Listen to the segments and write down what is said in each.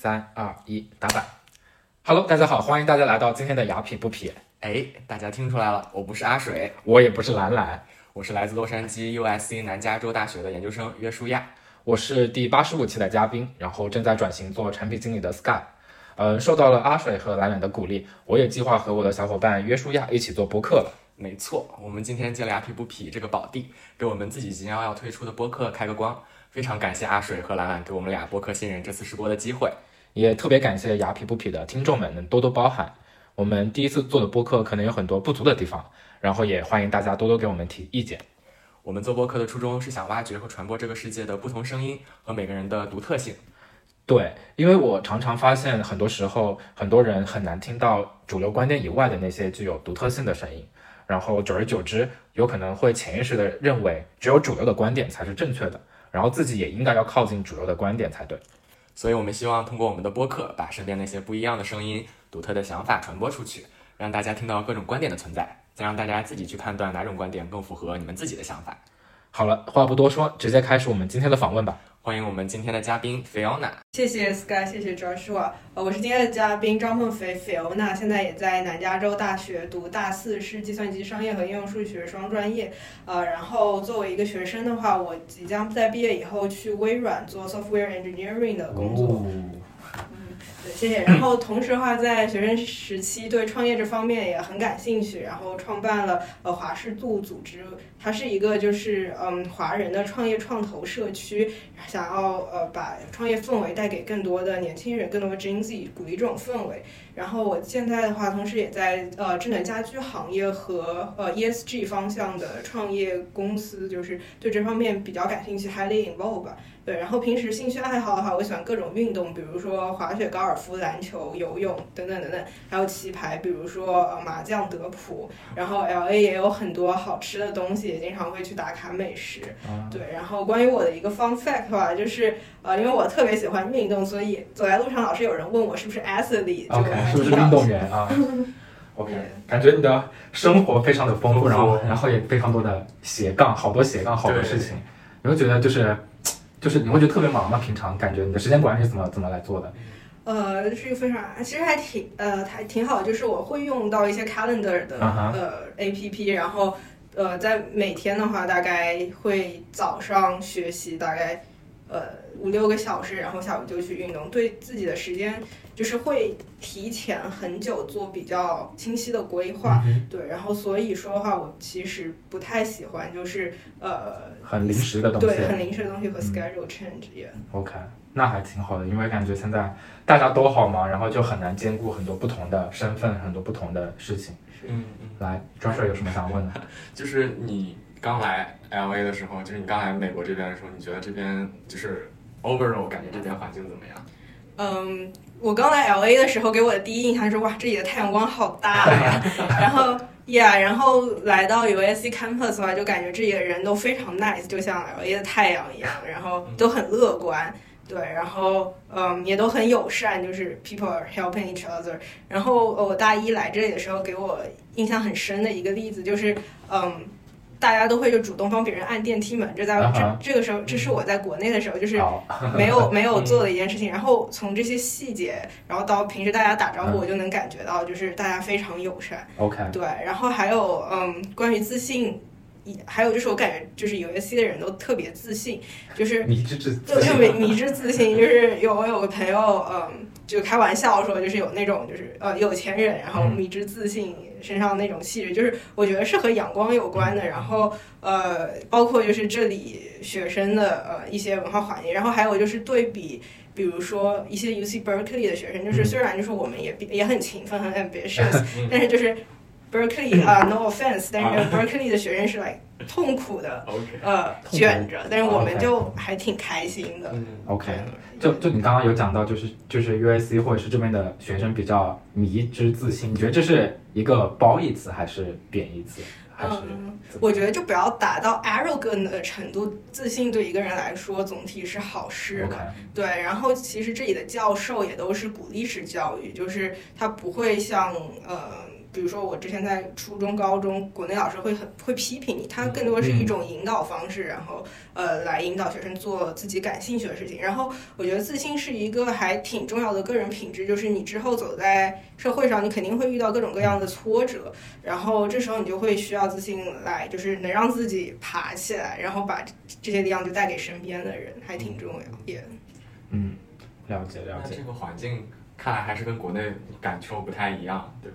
3、2、1，打板。Hello， 大家好，欢迎大家来到今天的雅痞不痞。 大家听出来了，我不是阿水， 我也不是兰兰， 我是来自洛杉矶 USC 南加州大学的研究生约书亚。 我是第85期的嘉宾，然后正在转型做产品经理的 Sky。受到了阿水和兰兰的鼓励，我也计划和我的小伙伴约书亚一起做播客了。 没错，我们今天借了雅痞不痞这个宝地，给我们自己即将要推出的播客开个光。非常感谢阿水和兰兰给我们俩播客新人这次试播的机会， 也特别感谢雅痞不痞的听众们能多多包涵。我们第一次做的播客可能有很多不足的地方，然后也欢迎大家多多给我们提意见。 我们做播客的初衷是想挖掘和传播这个世界的不同声音和每个人的独特性。 对，因为我常常发现很多时候很多人很难听到主流观点以外的那些具有独特性的声音，然后久而久之有可能会潜意识的认为只有主流的观点才是正确的，然后自己也应该要靠近主流的观点才对。 所以我们希望通过我们的播客把身边那些不一样的声音、独特的想法传播出去，让大家听到各种观点的存在，再让大家自己去判断哪种观点更符合你们自己的想法。 好了，话不多说，直接开始我们今天的访问吧。 欢迎我们今天的嘉宾 Fiona。 谢谢 Sky， 谢谢 Joshua。我是今天的嘉宾张凤飞 Fiona， 现在也在南加州大学读大4，是计算机商业和应用数学双专业。然后作为一个学生的话，我即将在毕业以后去微软做 software engineering 的工作。对，谢谢。然后同时的话，在学生时期对创业这方面也很感兴趣，然后创办了华氏度组织，它是一个就是华人的创业创投社区，想要把创业氛围带给更多的年轻人，更多的 Gen Z， 鼓励这种氛围。然后我现在的话，同时也在智能家居行业和ESG 方向的创业公司，就是对这方面比较感兴趣 ，highly involved 吧。对，然后平时兴趣爱好的话，我喜欢各种运动，比如说滑雪、高尔夫、篮球、游泳等等等等，还有棋牌，比如说麻将、德扑。然后 LA 也有很多好吃的东西，也经常会去打卡美食。对，然后关于我的一个 fun fact 的话，就是因为我特别喜欢运动，所以走在路上老是有人问我是不是 athlete， OK， 是不是运动员啊？OK， 感觉你的生活非常的丰富，然后也非常多的斜杠，好多斜杠，好多事情。你会觉得就是你会觉得特别忙吗？平常感觉你的时间管理是怎么来做的？ 是一个非常，其实还挺好，就是我会用到一些 calendar 的APP， 然后在每天的话，大概会早上学习大概5-6个小时，然后下午就去运动，对自己的时间就是会提前很久做比较清晰的规划。对，然后所以说的话，我其实不太喜欢就是很临时的东西， 对，很临时的东西和 schedule change。OK， 那还挺好的，因为感觉现在大家都好忙，然后就很难兼顾很多不同的身份，很多不同的事情。来 Joshua 有什么想问的？ 就是你刚来 LA 的时候，就是你刚来美国这边的时候，你觉得这边就是 overall 感觉这边环境怎么样？ 我刚来 LA 的时候，给我的第一印象是哇，这里的太阳光好大呀。然后来到 USC campus 的话，就感觉这里的人都非常 nice， 就像 LA 的太阳一样，然后都很乐观。对，然后也都很友善，就是 people are helping each other。然后我大一来这里的时候，给我印象很深的一个例子就是大家都会就主动帮别人按电梯门，这个时候，这是我在国内的时候就是没有做的一件事情。然后从这些细节，然后到平时大家打招呼，我就能感觉到就是大家非常友善。 OK， 对，然后还有关于自信。还有就是我感觉就是 USC 的人都特别自信，就是迷之自信，就是我有个朋友就开玩笑说就是有那种就是有钱人，然后迷之自信，身上那种气质，就是我觉得是和阳光有关的。然后包括就是这里学生的一些文化环境，然后还有就是对比。比如说一些 UC Berkeley 的学生，就是虽然就是我们也很勤奋很 ambitious， 但是就是Berkeley no offense， 但是 Berkeley 的学生是痛苦的卷着，但是我们就还挺开心的。 OK， 就你刚刚有讲到，就是 USC 或者是这边的学生比较迷之自信，你觉得这是一个褒义词还是贬义词？ 我觉得就不要达到 arrogant 的程度，自信对一个人来说总体是好事的。对，然后其实这里的教授也都是鼓励式教育，就是他不会像比如说我之前在初中、高中，国内老师会批评你，他更多是一种引导方式，然后来引导学生做自己感兴趣的事情。然后我觉得自信是一个还挺重要的个人品质，就是你之后走在社会上，你肯定会遇到各种各样的挫折，然后这时候你就会需要自信来，就是能让自己爬起来，然后把这些力量就带给身边的人，还挺重要。也， 了解。 那这个环境看来还是跟国内感受不太一样，对？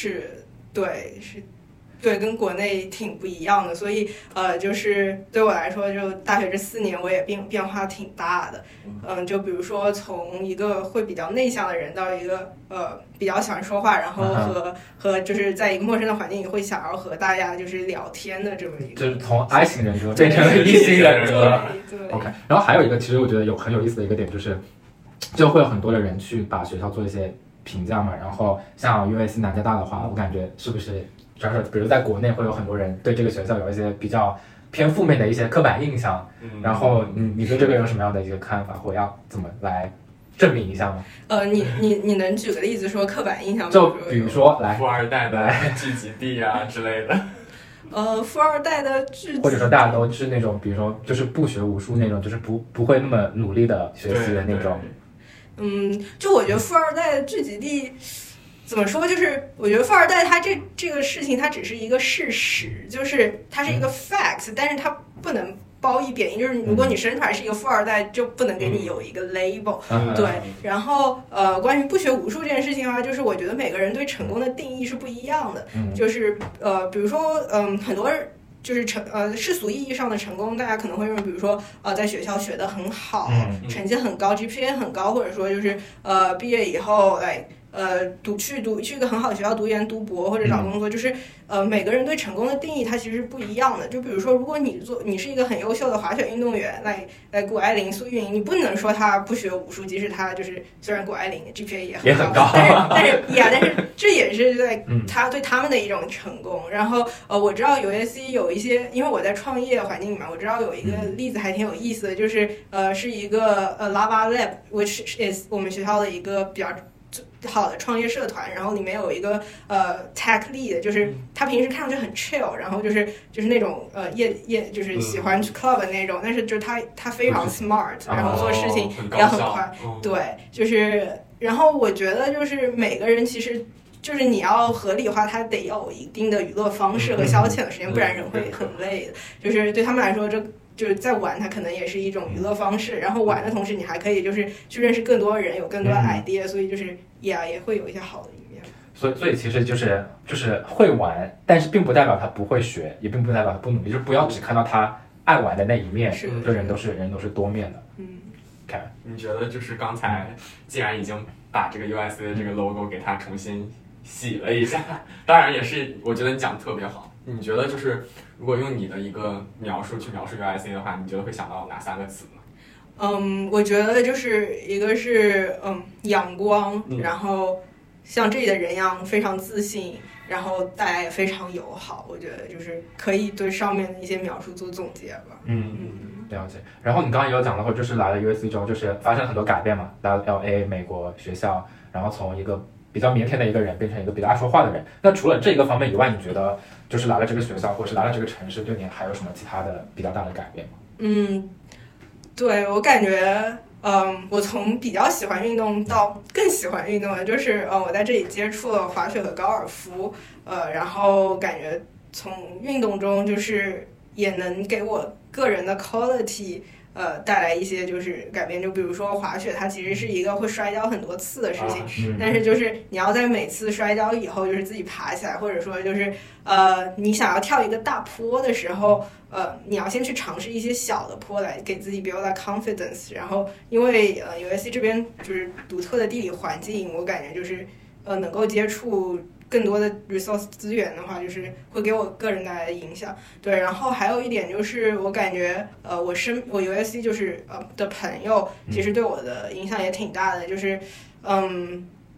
对，跟国内挺不一样的，所以就是对我来说，就大学这4年我也变化挺大的，就比如说从一个会比较内向的人到一个比较喜欢说话，然后和就是在一个陌生的环境里会想要和大家就是聊天的这么一个， 就是从 I 型人格变成了E型人格。 对 OK， 然后还有一个，其实我觉得很有意思的一个点就是，就会有很多的人去把学校做一些评价嘛，然后像 UAC 南加大的话，我感觉是不是主要是比如在国内会有很多人对这个学校有一些比较偏负面的一些刻板印象，然后你对这个有什么样的一个看法，或要怎么来证明一下吗？ 你能举个例子说刻板印象？ 就比如说来富二代的聚集地啊之类的。 富二代的聚集， 或者说大家都是那种，比如说就是不学无术那种，就是不会那么努力的学习的那种。 就我觉得富二代的聚集地怎么说，就是我觉得富二代他这个事情它只是一个事实，就是它是一个 fact，但是它不能褒义贬义，就是如果你生出来是一个富二代，就不能给你有一个 label。对，然后关于不学无术这件事情的话，就是我觉得每个人对成功的定义是不一样的，就是比如说很多人。就是世俗意义上的成功，大家可能会认为，比如说在学校学得很好，成绩很高 ，GPA 很高，或者说就是毕业以后来去一个很好的学校读研读博或者找工作，就是每个人对成功的定义它其实是不一样的。就比如说，如果你是一个很优秀的滑雪运动员，来谷爱凌、苏运莹，你不能说他不学武术，即使他就是虽然谷爱凌 GPA 也很高，但是这也是在他对他们的一种成功。然后我知道USC 有一些，因为我在创业环境里面，我知道有一个例子还挺有意思的，就是是一个Lava Lab，which is 我们学校的一个比较好的创业社团，然后里面有一个tech lead， 就是他平时看上去很 chill， 然后就是那种就是喜欢去 club 的那种，但是就是他非常 smart， 然后做事情也很快，对，就是然后我觉得就是每个人其实就是你要合理化，他得有一定的娱乐方式和消遣的时间，不然人会很累的。就是对他们来说，就是在玩，它可能也是一种娱乐方式。然后玩的同时，你还可以就是去认识更多的人，有更多的 idea，所以就是也会有一些好的一面。 所以其实就是会玩，但是并不代表他不会学，也并不代表他不努力，就是不要只看到他爱玩的那一面。就人都是多面的。看， 你觉得就是刚才既然已经把这个 USC 的这个 logo 给它重新洗了一下，当然也是我觉得你讲的特别好。你觉得就是如果用你的一个描述去描述 USC 的话，你觉得会想到哪3个词呢？ 我觉得就是一个是阳光，然后像这里的人一样非常自信，然后大家也非常友好。我觉得就是可以对上面的一些描述做总结吧。 了解。然后你刚刚也有讲到过，就是来了 USC 之后，就是发生很多改变嘛，来了 LA 美国学校，然后从一个比较腼腆的一个人变成一个比较爱说话的人。那除了这个方面以外，你觉得就是来了这个学校或者是来了这个城市，对你还有什么其他的比较大的改变吗？ 对，我感觉我从比较喜欢运动到更喜欢运动的，就是我在这里接触了滑雪和高尔夫，然后感觉从运动中就是也能给我个人的 quality带来一些就是改变。就比如说滑雪，它其实是一个会摔跤很多次的事情，但是就是你要在每次摔跤以后就是自己爬起来，或者说就是你想要跳一个大坡的时候，你要先去尝试一些小的坡来给自己 build that confidence。然后因为USC 这边就是独特的地理环境，我感觉就是能够接触更多的 resource 资源的话，就是会给我个人带来的影响。对，然后还有一点就是我感觉我 USC 就是的朋友其实对我的影响也挺大的，就是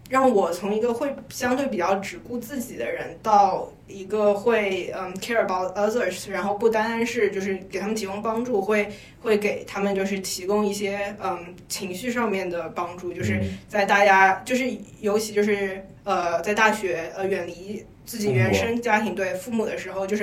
让我从一个会相对比较只顾自己的人，到一个会care about others， 然后不单单是就是给他们提供帮助，会给他们就是提供一些情绪上面的帮助，就是在大家就是尤其就是在大学远离自己原生家庭对父母的时候，就是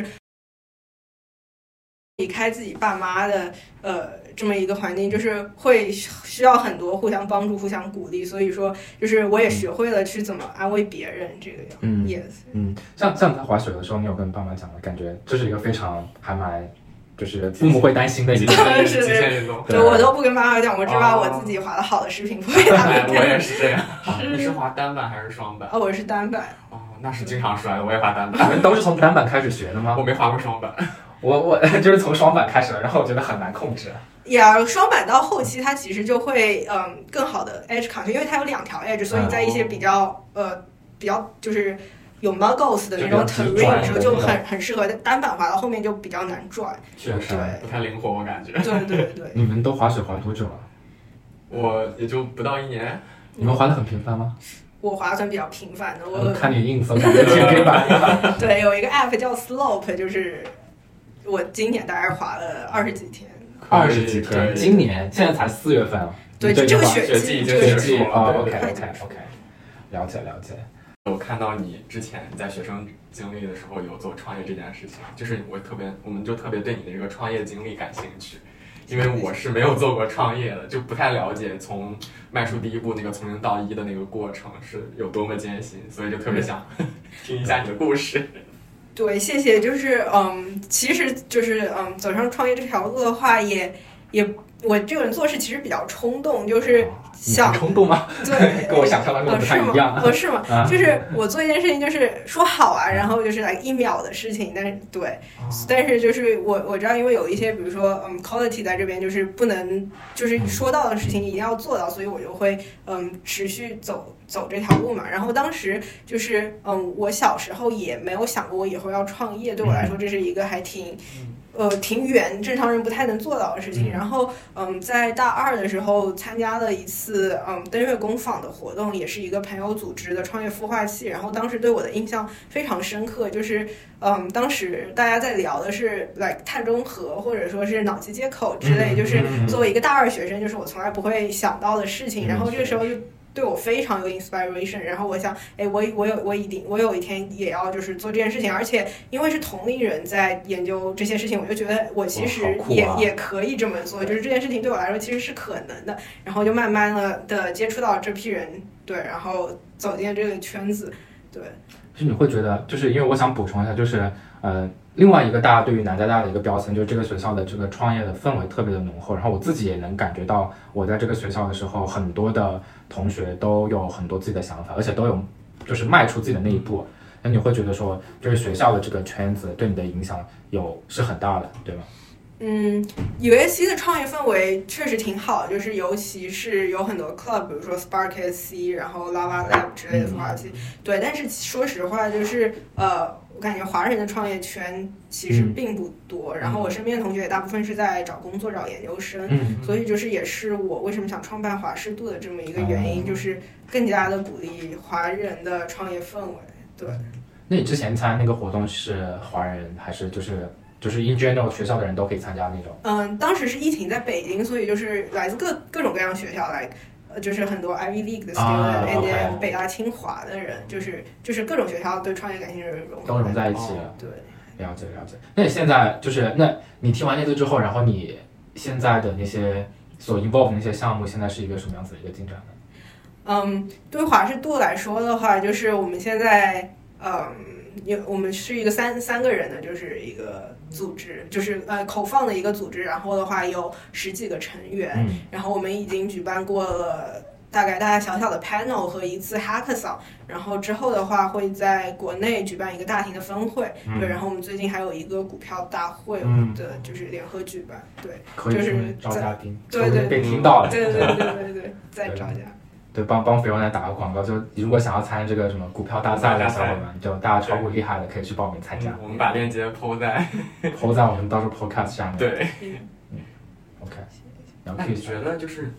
离开自己爸妈的这么一个环境，就是会需要很多互相帮助、互相鼓励，所以说就是我也学会了去怎么安慰别人这个样。 yes。像你在滑雪的时候，你有跟爸妈讲吗？感觉这是一个非常还蛮就是父母会担心的一个极限运动。 对，我都不跟妈妈讲，我只把我自己滑的好的视频发给他们看。 我也是这样。你是滑单板还是双板？ 我是单板。 那是经常摔的，我也滑单板。 你们都是从单板开始学的吗？ 我没滑过双板。 我就是从双板开始的，然后我觉得很难控制。 双板到后期它其实就会更好的 edge control， 因为它有2条 edge， 所以在一些比较就是有 muggles 的那种 terrain 的时候就很适合，单板滑到后面就比较难转。 确实，不太灵活，我感觉。 对。 你们都滑雪滑多久了？ 我也就不到1年。 你们滑得很频繁吗？ 我滑算比较频繁的，我看你硬分，感觉天天板。 对，有一个 app 叫 Slope， 就是我今年大概滑了20几天。 20几天，今年现在才4月份啊。 对，就这个学季已经结束了。 OK，了解。 我看到你之前在学生经历的时候有做创业这件事情，就是我们就特别对你的这个创业经历感兴趣。因为我是没有做过创业的，就不太了解从迈出第一步那个从0到1的那个过程是有多么艰辛，所以就特别想听一下你的故事。 对，谢谢。就是其实就是走上创业这条路的话，也我这个人做事其实比较冲动，就是想冲动吗？ 对， 跟我想象当中不太一样。 是吗？就是我做一件事情，就是说好啊，然后就是1秒的事情，但是就是我知道，因为有一些比如说quality 在这边就是不能就是说到的事情一定要做到，所以我就会持续走这条路嘛。然后当时就是我小时候也没有想过我以后要创业，对我来说这是一个还挺远，正常人不太能做到的事情。然后在大2的时候参加了一次登月工坊的活动，也是一个朋友组织的创业孵化器。然后当时对我的印象非常深刻，就是当时大家在聊的是碳中和或者说是脑机接口之类，就是作为一个大2学生，就是我从来不会想到的事情。然后这个时候就对我非常有 inspiration， 然后我想，我有一天也要就是做这件事情，而且因为是同龄人在研究这些事情，我就觉得我其实也可以这么做，就是这件事情对我来说其实是可能的，然后就慢慢的接触到这批人，对，然后走进这个圈子，对。 就是你会觉得，就是因为我想补充一下，就是另外一个大家对于南加大的一个标签，就是这个学校的这个创业的氛围特别的浓厚，然后我自己也能感觉到，我在这个学校的时候，很多的同学都有很多自己的想法，而且都有就是迈出自己的那一步。那你会觉得说，就是学校的这个圈子对你的影响是很大的，对吗 ？USC 的创业氛围确实挺好，就是尤其是有很多 club， 比如说 Spark SC， 然后 Lava Lab 之类的孵化器。对，但是说实话，就是我感觉华人的创业圈其实并不多，然后我身边的同学也大部分是在找工作、找研究生，所以就是也是我为什么想创办华氏度的这么一个原因，就是更加的鼓励华人的创业氛围。对。 那你之前参加那个活动是华人还是就是 in general 学校的人都可以参加那种？ 当时是疫情在北京，所以就是来自各种各样学校来。就是很多 Ivy League 的 student， 北大清华的人，就是各种学校对创业感兴趣的人都融在一起了。 对， 了解。那你现在就是那你听完那次之后，然后你现在的那些所 involve 那些项目，现在是一个什么样子的一个进展呢？ 对于华氏度来说的话，就是我们现在我们是一个三个人的，就是一个组织，就是口放的一个组织，然后的话有10几个成员，然后我们已经举办过了大概小小的 panel 和一次 hackathon， 然后之后的话会在国内举办一个大型的分会，对，然后我们最近还有一个股票大会的，就是联合举办，对，就是招嘉宾， 对， 被听到了， 对，再招嘉。 对，帮Fiona打个广告，就如果想要参加这个什么股票大赛的小伙伴，就大家超过厉害的可以去报名参加。 我们把链接抛在我们到时候 podcast 上面。 对 ，OK。 那你觉得就是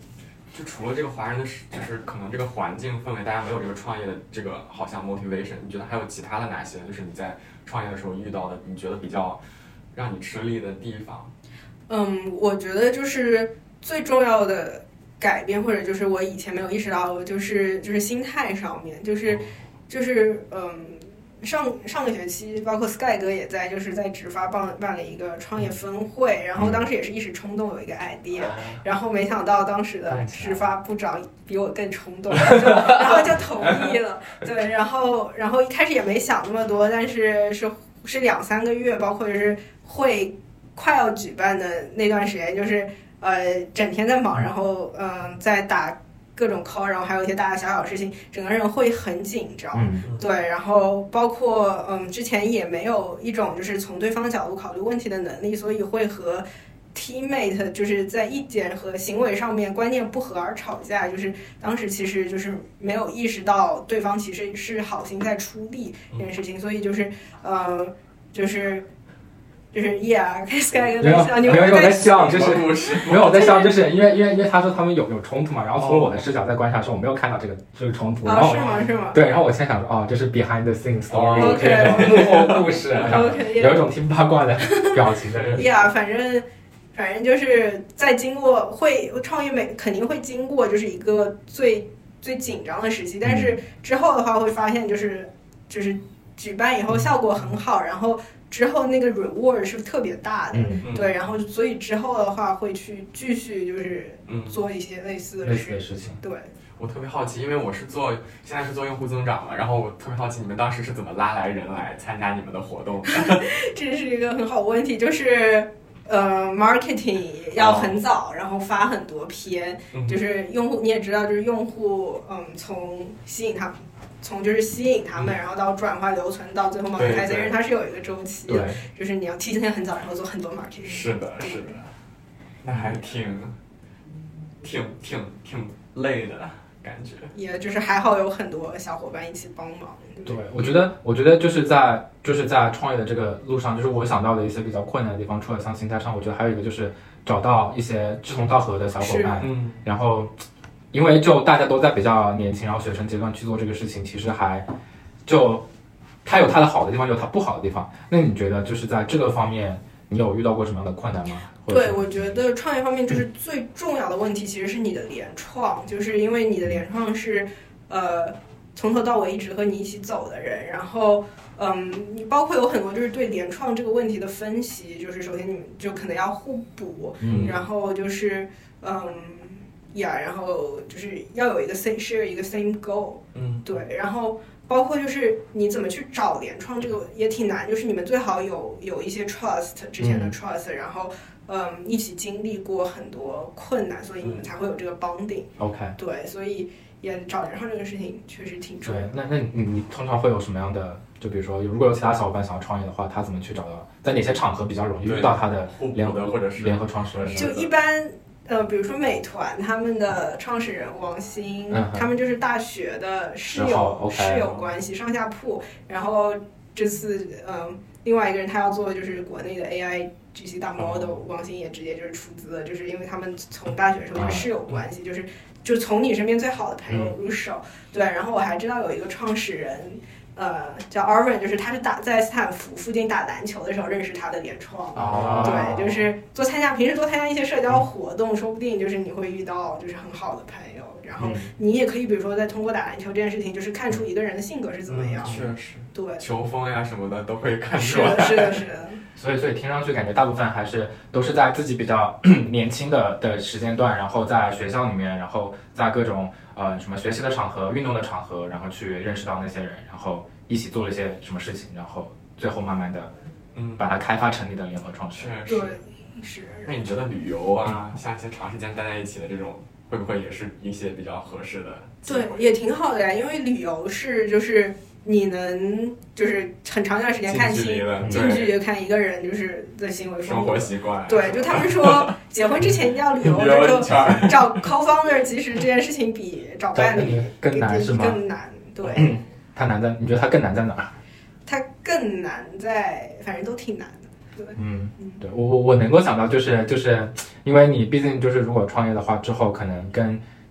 就除了这个华人的，就是可能这个环境氛围，大家没有这个创业的这个好像 motivation， 你觉得还有其他的哪些？就是你在创业的时候遇到的，你觉得比较让你吃力的地方？ 我觉得就是最重要的改变，或者就是我以前没有意识到的，就是心态上面，上个学期，包括 Sky 哥也在，就是在直发办了一个创业分会，然后当时也是一时冲动有一个 idea，然后没想到当时的直发部长比我更冲动，然后就同意了。对，然后一开始也没想那么多，但是是2-3个月，包括就是会快要举办的那段时间，就是整天在忙，然后在打各种 call， 然后还有一些大大小小的事情，整个人会很紧张。对，然后包括之前也没有一种就是从对方的角度考虑问题的能力，所以会和 teammate 就是在意见和行为上面观念不合而吵架，就是当时其实就是没有意识到对方其实是好心在出力这件事情，所以就是Sky 没有我在笑，就是没有我在笑，就是因为他说他们有冲突嘛，然后从我的视角在观察的时候，我没有看到这个冲突，然后是吗？ 对，然后我先想说这是 behind the scenes story， 这种幕后故事，有一种听八卦的表情的。 反正就是在经过创业肯定会经过就是一个最紧张的时期，但是之后的话会发现就是举办以后效果很好，然后之后那个 reward 是特别大的，对，然后所以之后的话会去继续就是做一些类似的事情。对， 我特别好奇，因为我现在是做用户增长嘛，然后我特别好奇你们当时是怎么拉来人来参加你们的活动的？ 这是一个很好的问题，就是marketing 要很早，然后发很多篇，就是用户你也知道，就是用户从吸引他们，然后到转化留存，到最后 monetization， 它是有一个周期的，就是你要提前很早，然后做很多 marketing。是的， 那还挺累的感觉。 也就是还好有很多小伙伴一起帮忙。 对，我觉得就是在创业的这个路上，就是我想到的一些比较困难的地方，除了像心态上，我觉得还有一个就是找到一些志同道合的小伙伴，然后。因为就大家都在比较年轻，然后学生阶段去做这个事情，其实它有它的好的地方，有它不好的地方。那你觉得就是在这个方面，你有遇到过什么样的困难吗？ 对，我觉得创业方面就是最重要的问题，其实是你的联创，就是因为你的联创是从头到尾一直和你一起走的人，然后你包括有很多就是对联创这个问题的分析，就是首先你们就可能要互补，然后就是然后就是要有一个 share 一个 same goal， 对，然后包括就是你怎么去找联创，这个也挺难，就是你们最好有一些 trust 之前的 trust， 然后一起经历过很多困难，所以你们才会有这个 bonding。OK， 对，所以也找联创这个事情确实挺重要的。 对，那你通常会有什么样的？就比如说，如果有其他小伙伴想要创业的话，他怎么去找到？在哪些场合比较容易遇到他的联合创始人？ 就一般。比如说美团他们的创始人王兴，他们就是大学的室友关系，上下铺。然后这次另外一个人他要做就是国内的 AI GC 大 model， 王兴也直接就是出资了，就是因为他们从大学的时候就是室友关系，就从你身边最好的朋友入手。对，然后我还知道有一个创始人。叫 Arvin， 就是他是在斯坦福附近打篮球的时候认识他的联创，对，就是平时多参加一些社交活动，说不定就是你会遇到就是很好的朋友，然后你也可以比如说在通过打篮球这件事情，就是看出一个人的性格是怎么样， 确实， 对， 球风呀什么的都会看出来， 是的。 所以听上去感觉大部分还是都是在自己比较年轻的时间段，然后在学校里面，然后在各种什么学习的场合、运动的场合，然后去认识到那些人，然后一起做了一些什么事情，然后最后慢慢的把它开发成你的联合创始人。 对，是。 那你觉得旅游啊，像一些长时间待在一起的这种，会不会也是一些比较合适的？ 对，也挺好的呀，因为旅游是就是你能就是很长一段时间看清近距离看一个人就是的行为生活习惯。 对，就他们说结婚之前一定要旅游，就找 co-founder， 其实这件事情比找伴侣更难是吗？ 更难，对。 它难在，你觉得它更难在哪儿？ 它更难在，反正都挺难的。对， 对我能够想到，就是因为你毕竟就是如果创业的话，之后可能跟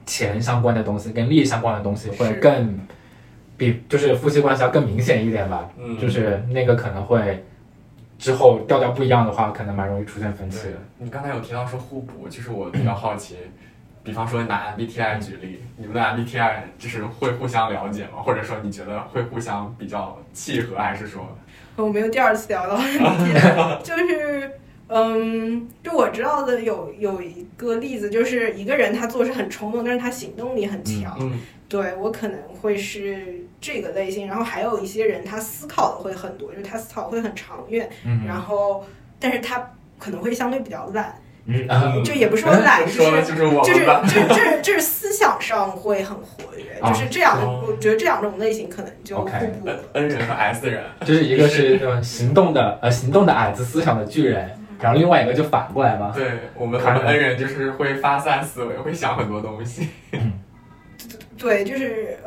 钱相关的东西，跟利益相关的东西会更比就是夫妻关系要更明显一点吧。就是那个可能会之后调调不一样的话，可能蛮容易出现分歧的。 你刚才有提到说互补，就是我比较好奇，比方说拿 MBTI 举例，你们的 MBTI 就是会互相了解吗？或者说你觉得会互相比较契合，还是说？ 我们又第二次聊到就是就我知道的有一个例子，就是一个人他做事很冲动，但是他行动力很强。对，我可能会是这个类型。然后还有一些人他思考的会很多，就是他思考会很长远，然后但是他可能会相对比较懒。就也不是说懒，就是思想上会很活跃，就是这样。我觉得这两种类型可能就互补。 N 人和 S 人， 就是一个是行动的矮子，思想的巨人，然后另外一个就反过来嘛。 对，我们 N 人就是会发散思维，会想很多东西。 对，就是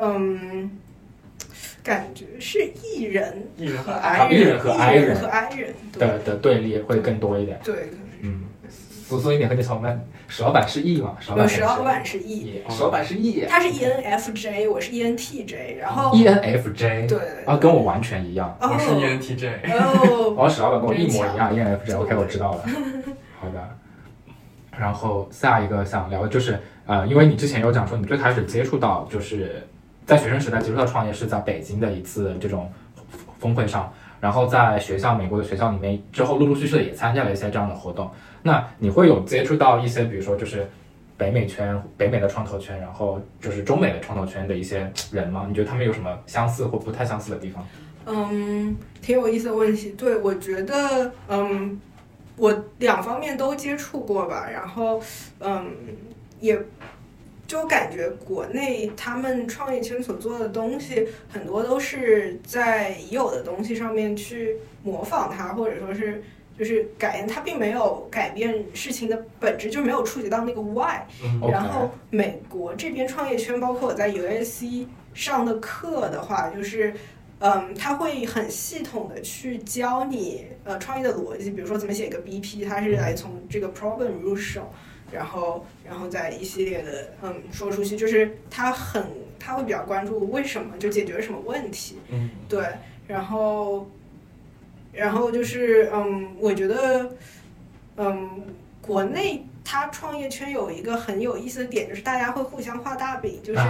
感觉是E人和 I 人的对立会更多一点。 对， 所以你和你小伙伴，史老板是 E 嘛？史老板是 E， 史老板是 E， 他是 ENFJ， 我是 ENTJ， 然后 ENFJ 对， 跟我完全一样， 我是 ENTJ， 史老板跟我一模一样 ，ENFJ，OK， 我知道了，好的。然后下一个想聊的就是因为你之前有讲说你最开始接触到就是在学生时代接触到创业是在北京的一次这种峰会上。然后在美国的学校里面，之后陆陆续续的也参加了一些这样的活动。那你会有接触到一些，比如说就是北美的创投圈，然后就是中美的创投圈的一些人吗？你觉得他们有什么相似或不太相似的地方？ 挺有意思的问题。对，我觉得我两方面都接触过吧，然后也。就感觉国内他们创业圈所做的东西很多都是在已有的东西上面去模仿它，或者说是就是改变它，并没有改变事情的本质，就没有触及到那个 why。然后美国这边创业圈，包括我在 USC 上的课的话，就是他会很系统的去教你创业的逻辑，比如说怎么写一个 BP， 它是来从这个 problem 入手。然后再一系列的说出去，就是他会比较关注为什么，就解决什么问题。对，然后就是我觉得国内他创业圈有一个很有意思的点，就是大家会互相画大饼，就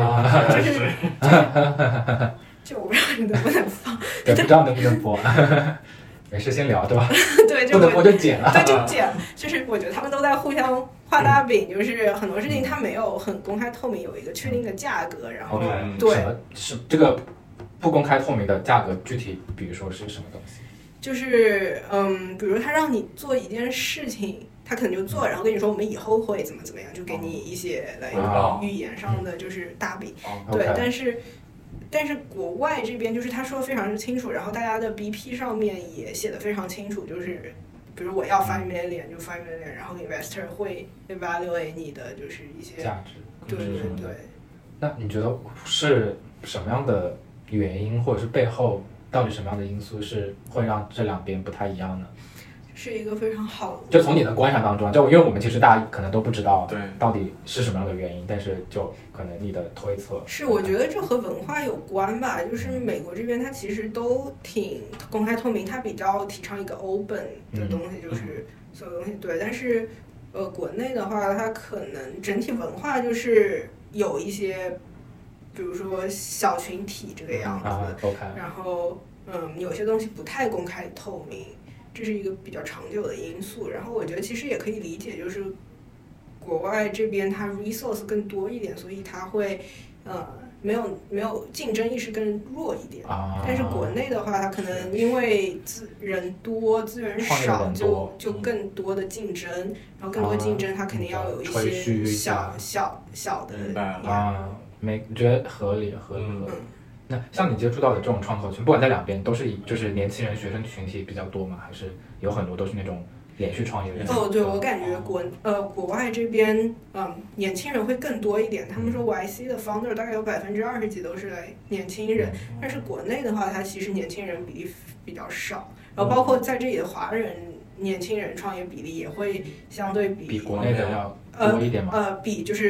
我不知道你能不能放， 对，不知道能不能播。没事，先聊对吧？ 对， 不能播就剪了。 对，就剪。就是我觉得他们都在互相画大饼，就是很多事情它没有很公开透明，有一个确定的价格，然后对， 是这个不公开透明的价格，具体比如说是什么东西？ 就是比如他让你做一件事情，他可能就做，然后跟你说我们以后会怎么样，就给你一些来语言上的就是大饼。对，但是国外这边就是他说的非常清楚，然后大家的 BP 上面也写的非常清楚，就是比如我要5 million 就5 million， 然后 investor 会 evaluate 你的就是一些价值。 对。 那你觉得是什么样的原因，或者是背后到底什么样的因素是会让这两边不太一样呢？ 是一个非常好的， 就从你的观察当中，就因为我们其实大家可能都不知道到底是什么样的原因，但是就可能你的推测是，我觉得这和文化有关吧。就是美国这边它其实都挺公开透明，它比较提倡一个 open 的东西，就是所有东西对。但是国内的话，它可能整体文化就是有一些，比如说小群体这个样子，然后有些东西不太公开透明。这是一个比较长久的因素，然后我觉得其实也可以理解，就是国外这边它 resource 更多一点，所以它会没有竞争意识更弱一点。但是国内的话，它可能因为人多资源少，就更多的竞争，然后更多竞争，它肯定要有一些小的觉得合理。那像你接触到的这种创投群，不管在两边，都是就是年轻人学生群体比较多吗？还是有很多都是那种连续创业的？ 对，我感觉国外这边年轻人会更多一点。他们说 YC 的 founder 大概有20%几都是年轻人，但是国内的话，它其实年轻人比例比较少，然后包括在这里的华人年轻人创业比例也会相对比国内的要多一点吗？ 比就是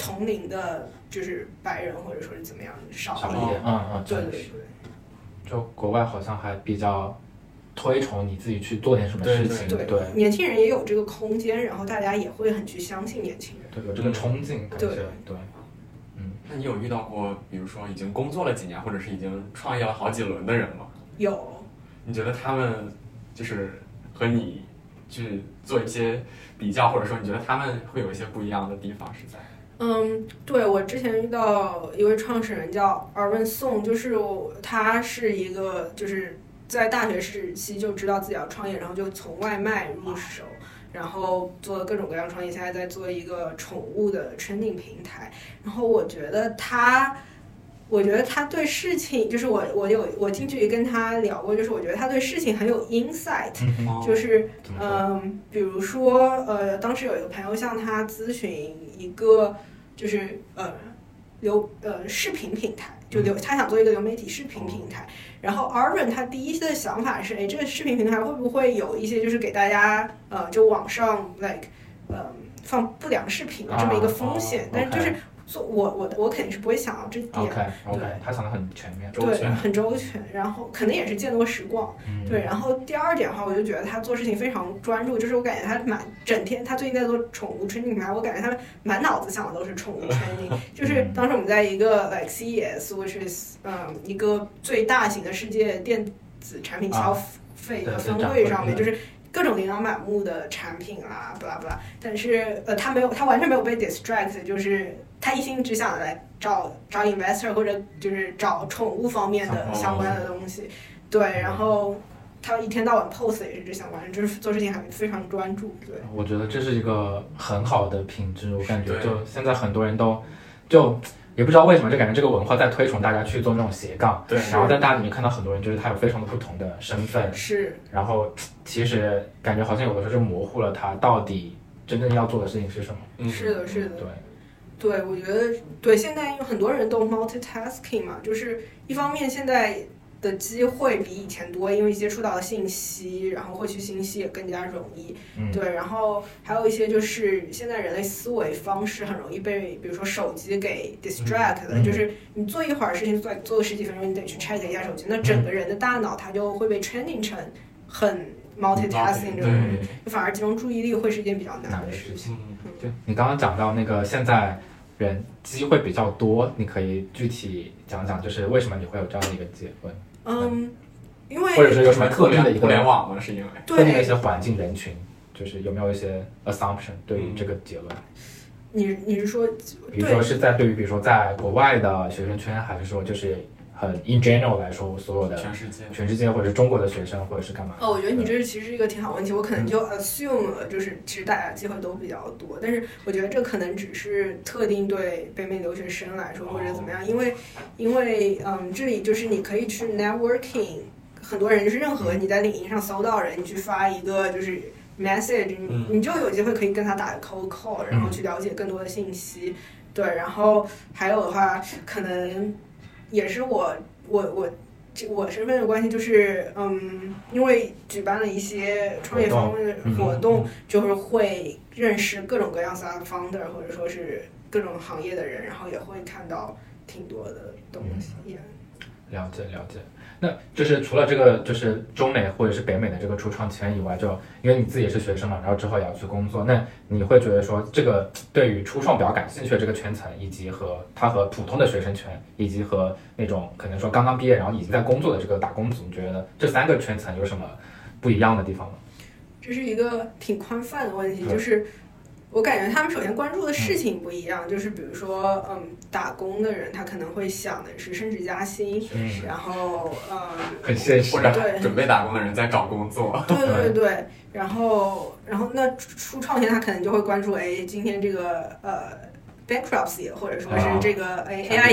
同龄的，就是白人或者说是怎么样少一点。 对对对。 就国外好像还比较推崇你自己去做点什么事情， 对，年轻人也有这个空间，然后大家也会很去相信年轻人， 对，有这个冲劲，感觉对。 那你有遇到过，比如说已经工作了几年，或者是已经创业了好几轮的人吗？ 有。 你觉得他们就是和你去做一些比较，或者说你觉得他们会有一些不一样的地方是在？ 对，我之前遇到一位创始人叫 Arvin Song， 就是他是一个就是在大学时期就知道自己要创业，然后就从外卖入手，然后做了各种各样创业，现在在做一个宠物的 training 平台。然后我觉得他对事情，就是我近距离跟他聊过，就是我觉得他对事情很有 insight，就是比如说当时有一个朋友向他咨询一个就是视频平台，他想做一个流媒体视频平台，然后 Arvin 他第一的想法是，这个视频平台会不会有一些就是给大家就网上 放不良视频的这么一个风险，但是就是我肯定是不会想到这点。 OK， 他想的很全面， 对，很周全，然后可能也是见多识广。对，然后第二点的话，我就觉得他做事情非常专注，就是我感觉他整天，他最近在做宠物 training 平台，我感觉他满脑子想的都是宠物 training。就是当时我们在一个 CES，which is 一个最大型的世界电子产品消费的峰会上面，就是各种琳琅满目的产品啊，巴拉巴拉。但是他完全没有被 distract， 就是他一心只想来找 investor 或者就是找宠物方面的相关的东西。对，然后他一天到晚 post 也是这相关，就是做事情还非常专注。对， 我觉得这是一个很好的品质。我感觉就现在很多人都就也不知道为什么，就感觉这个文化在推崇大家去做那种斜杠。 对， 然后在大家里面看到很多人，就是他有非常的不同的身份。 是。 然后其实感觉好像有的时候就模糊了他到底真正要做的事情是什么。 是的，是的。 对， 我觉得对，现在有很多人都 multitasking 嘛，就是一方面现在的机会比以前多，因为接触到的信息，然后获取信息也更加容易。对，然后还有一些就是现在人类思维方式很容易被比如说手机给 distract 的，就是你做一会儿事情，做个10几分钟，你得去 check 一下手机，那整个人的大脑它就会被 training 成很 multitasking 这种人，反而集中注意力会是一件比较难的事情。 对，你刚刚讲到那个现在人机会比较多，你可以具体讲讲，就是为什么你会有这样的一个结论？ 因为或者是有什么特定的一个互联网吗？是因为特定的一些环境人群，就是有没有一些 assumption 对于这个结论？ 你是说， 比如说是在对于比如说在国外的学生圈，还是说就是很 in general 来说，所有的全世界或者是中国的学生，或者是干嘛？ 我觉得你这其实是一个挺好问题，我可能就 assume 了，就是其实大家机会都比较多，但是我觉得这可能只是特定对北美留学生来说，或者怎么样，因为这里就是你可以去 networking， 很多人就是任何你在领英上搜到人，你去发一个就是message， 你就有机会可以跟他打个 cold call， 然后去了解更多的信息。对，然后还有的话，可能也是我身份的关系，就是因为举办了一些创业方面的活动，就是会认识各种各样 startup founder， 或者说是各种行业的人，然后也会看到挺多的东西。 了解。那就是除了这个就是中美或者是北美的这个初创圈以外，就因为你自己也是学生嘛，然后之后也要去工作，那你会觉得说这个对于初创比较感兴趣的这个圈层，以及和普通的学生圈，以及和那种可能说刚刚毕业然后已经在工作的这个打工族，你觉得这3个圈层有什么不一样的地方吗？ 这是一个挺宽泛的问题，就是我感觉他们首先关注的事情不一样，就是比如说，打工的人他可能会想的是升职加薪，然后很现实， 或者准备打工的人在找工作， 对，然后那初创前他可能就会关注，今天这个bankruptcy， 或者说是这个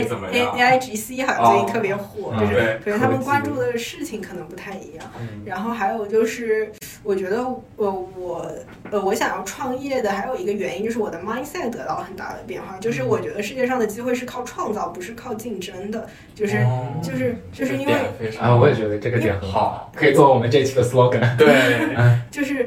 AIGC 好像最近特别火，就是可能他们关注的事情可能不太一样。然后还有就是，我觉得我想要创业的还有一个原因就是我的 mindset 得到很大的变化，就是我觉得世界上的机会是靠创造，不是靠竞争的，就是因为我也觉得这个点很好，可以做我们这期的 slogan。 对， 就是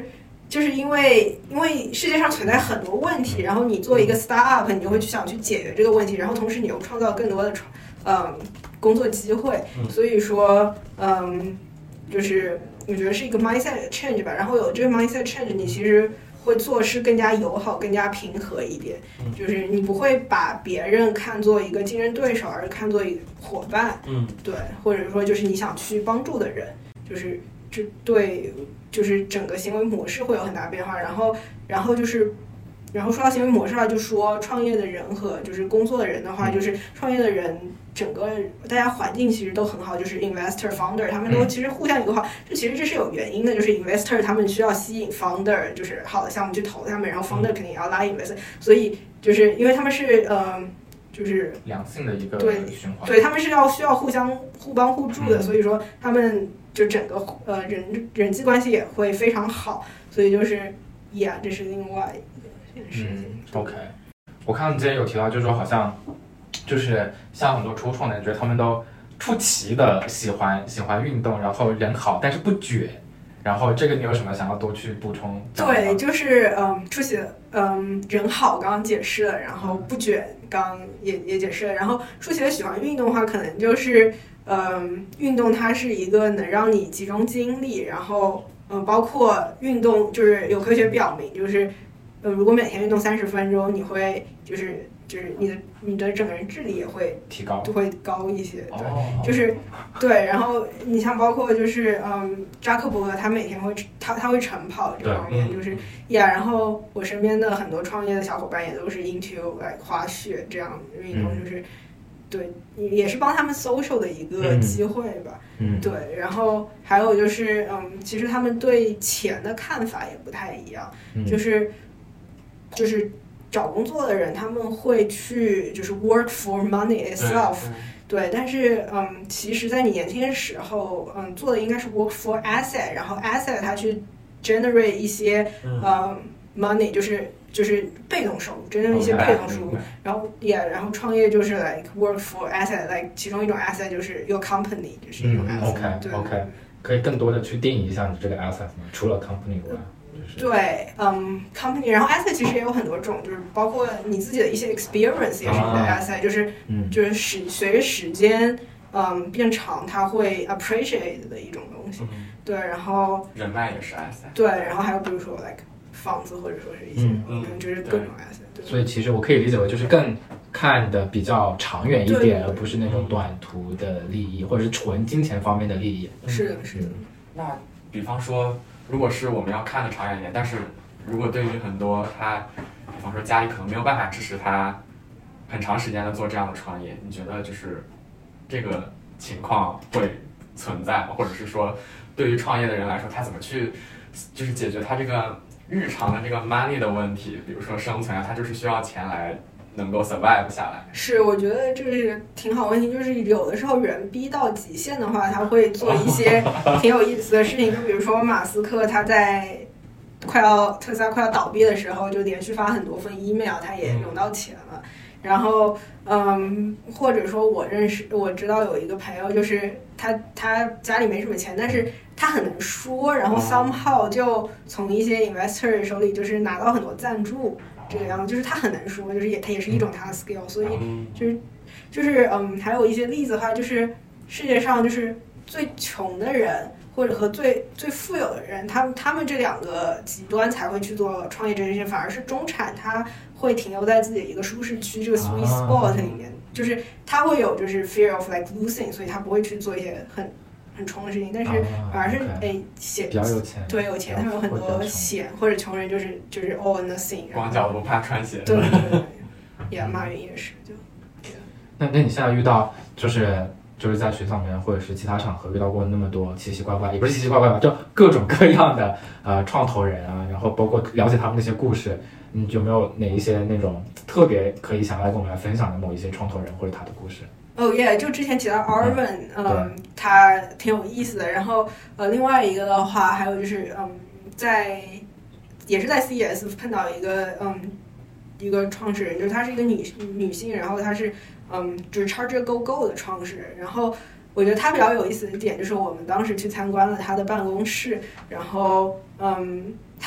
就是因为世界上存在很多问题，然后你做一个 startup， 你就会想去解决这个问题，然后同时你又创造更多的工作机会，所以说就是我觉得是一个 mindset change 吧。然后有这个 mindset change， 你其实会做事更加友好、更加平和一点，就是你不会把别人看作一个竞争对手，而是看作一个伙伴，对，或者说就是你想去帮助的人，就是这对，就是整个行为模式会有很大变化。然后说到行为模式啊，就说创业的人和就是工作的人的话，就是创业的人整个大家环境其实都很好，就是 investor founder 他们都其实互相友好，其实这是有原因的，就是 investor 他们需要吸引 founder 就是好的项目去投他们，然后 founder 肯定也要拉 investor， 所以就是因为他们是就是良性的一个循环， 对他们是需要互相互帮互助的，所以说他们就整个人际关系也会非常好，所以就是这是另外一件事情。 OK， 我看你之前有提到，就是说好像就是像很多初创的人，觉得他们都出奇的喜欢运动，然后人好，但是不卷。然后这个你有什么想要多去补充？ 对，就是出奇的人好刚刚解释了，然后不卷刚刚也解释了，然后出奇的喜欢运动的话，可能就是运动它是一个能让你集中精力，然后包括运动就是有科学表明，就是如果每天运动30分钟，你会就是你的整个人智力也会提高， 就会高一些。对，就是对。然后你像包括就是扎克伯格他每天会他会晨跑这方面，就是然后我身边的很多创业的小伙伴也都是 into 滑雪这样运动，就是对，也是帮他们 social 的一个机会吧。对。然后还有就是其实他们对钱的看法也不太一样，就是找工作的人他们会去就是 work for money itself， 对，但是其实在你年轻的时候做的应该是 work for asset， 然后 asset 它去 generate 一些money， 就是被动收入，generate 一些被动收入，然后创业就是 like work for asset，like 其中一种 asset 就是 your company， 就是一种 asset。 OK， 可以更多的去定义一下你这个 asset 吗？除了 company 以外。 对，company， 然后 asset 其实也有很多种，就是包括你自己的一些 experience 也是你的 asset， 就是随着时间变长，它会 appreciate 的一种东西。对，然后人脉也是 asset。 对，然后还有比如说 like 房子或者说是一些就是各种 asset。 所以其实我可以理解为就是更看的比较长远一点，而不是那种短途的利益或者是纯金钱方面的利益。 是的，是的。 那比方说，如果是我们要看的长远一点，但是如果对于很多他，比方说家里可能没有办法支持他很长时间的做这样的创业，你觉得就是这个情况会存在吗？或者是说，对于创业的人来说，他怎么去就是解决他这个日常的这个 money 的问题？比如说生存啊，他就是需要钱来能够 survive 下来。 是，我觉得这是挺好问题，就是有的时候人逼到极限的话，他会做一些挺有意思的事情，就比如说马斯克他在特斯拉快要倒闭的时候，就连续发很多份 email， 他也融到钱了。然后或者说我知道有一个朋友，就是他家里没什么钱，但是他很能说，然后 somehow 就从一些 investor 手里就是拿到很多赞助。这个样子，就是他很难说，就是他也是一种他的 skill， 所以就是还有一些例子的话，就是世界上就是最穷的人或者和最富有的人，他们这两个极端才会去做创业这件事，反而是中产他会停留在自己的一个舒适区这个 sweet spot 里面，就是他会有就是 fear of like losing， 所以他不会去做一些很冲的事情，但是反而是比较有钱， 对，有钱他们有很多闲，或者穷人就是 all nothing， 光脚不怕穿鞋。 对，也马云也是就。 那你现在遇到就是在学校里面或者是其他场合遇到过那么多奇奇怪怪，也不是奇奇怪怪吧，就各种各样的创投人啊，然后包括了解他们那些故事，你有没有哪一些那种特别可以想来跟我们来分享的某一些创投人或者他的故事？ 就之前提到 Arvin，他挺有意思的。然后另外一个的话，还有就是也是在 CES 碰到一个创始人，就是她是一个女性，然后她是就是 ChargeGoGo 的创始人。然后我觉得她比较有意思的一点就是我们当时去参观了她的办公室，然后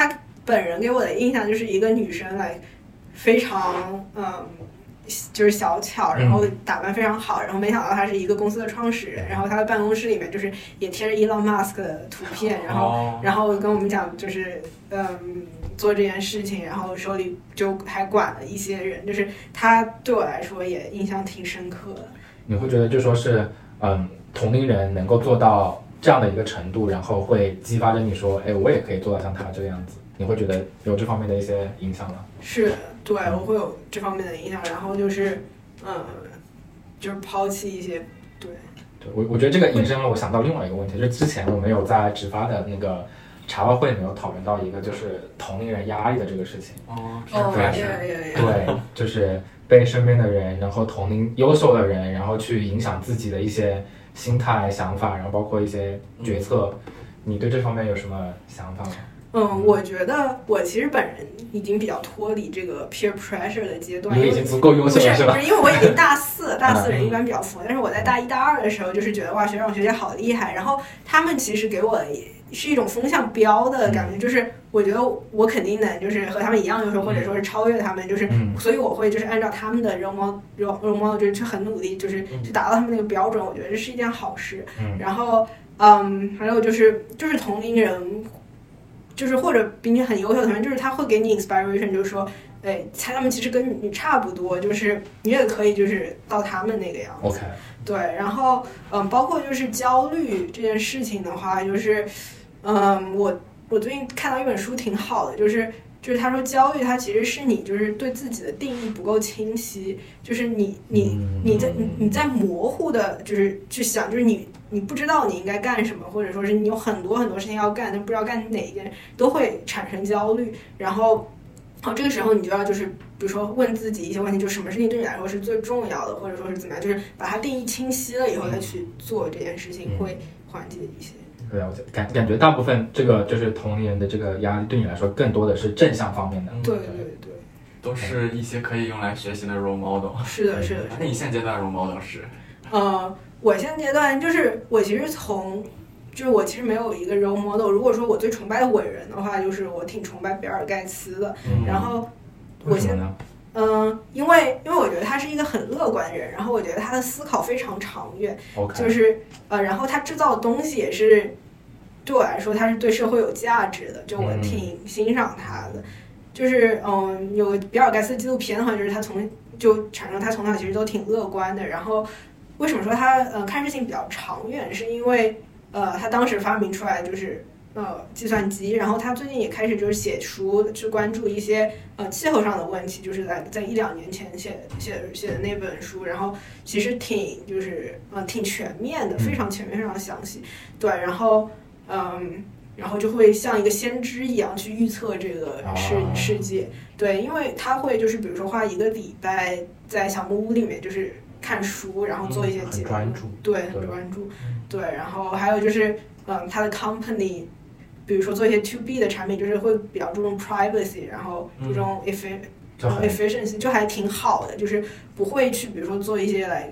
本人给我的印象就是一个女生来非常就是小巧，然后打扮非常好，然后没想到她是一个公司的创始人，然后她的办公室里面就是也贴着 Elon Musk 的图片，然后跟我们讲就是做这件事情，然后手里就还管了一些人，就是她对我来说也印象挺深刻的。 你会觉得就说是同龄人能够做到这样的一个程度，然后会激发着你说，哎，我也可以做到像他这个样子，你会觉得有这方面的一些影响吗？ 是，对，我会有这方面的影响，然后就是就是抛弃一些对， 我觉得这个引申了我想到另外一个问题，就是之前我们有在直发的那个茶话会里面有讨论到一个就是同龄人压力的这个事情。对，就是被身边的人，然后同龄优秀的人，然后去影响自己的一些心态、想法，然后包括一些决策。你对这方面有什么想法吗？ 我觉得我其实本人已经比较脱离这个 peer pressure 的阶段， 你已经足够优秀了，是吧？ 不是，因为我已经大四，大四人一般比较佛，但是我在大一、大二的时候，就是觉得哇，学长学姐好厉害，然后他们其实给我是一种风向标的感觉，就是我觉得我肯定能就是和他们一样优秀，或者说是超越他们，就是所以我会就是按照他们的role model就是去很努力，就是去达到他们那个标准，我觉得这是一件好事。然后还有就是同龄人。就是或者比你很优秀的人，就是他会给你 inspiration， 就是说，哎，他们其实跟你差不多，就是你也可以就是到他们那个样子。 OK。 对，然后包括就是焦虑这件事情的话，就是我最近看到一本书挺好的，就是他说焦虑它其实是你就是对自己的定义不够清晰，就是你在模糊的就是去想，就是你不知道你应该干什么，或者说是你有很多很多事情要干，但不知道干哪一件，都会产生焦虑。然后这个时候你就要就是比如说问自己一些问题，就什么事情对你来说是最重要的，或者说是怎么样，就是把它定义清晰了以后再去做这件事情，会缓解一些。 了解，感觉大部分这个就是同龄人的这个压力对你来说更多的是正向方面的。 对， 都是一些可以用来学习的 role model。 是的。 那你现阶段 role model 是？ 我现阶段就是我其实我其实没有一个 role model。如果说我最崇拜的伟人的话，就是我挺崇拜比尔盖茨的。然后为什么呢？ 因为我觉得他是一个很乐观的人，然后我觉得他的思考非常长远。 Okay. 就是然后他制造的东西也是对我来说他是对社会有价值的，就我挺欣赏他的。就是有比尔盖茨纪录片的话，就是他从小其实都挺乐观的。然后为什么说他看事情比较长远，是因为他当时发明出来就是计算机，然后他最近也开始就是写书，去关注一些气候上的问题，就是在1-2年前写的那本书，然后其实挺全面的，非常全面，非常详细。对，然后就会像一个先知一样去预测这个世界。对，因为他会就是比如说花1个礼拜在小木屋里面就是看书，然后做一些结论。 很专注。 对，很专注。对，然后还有就是他的 company。比如说做一些 to B 的产品，就是会比较注重 privacy， 然后注重 efficiency， 就还挺好的，就是不会去比如说做一些来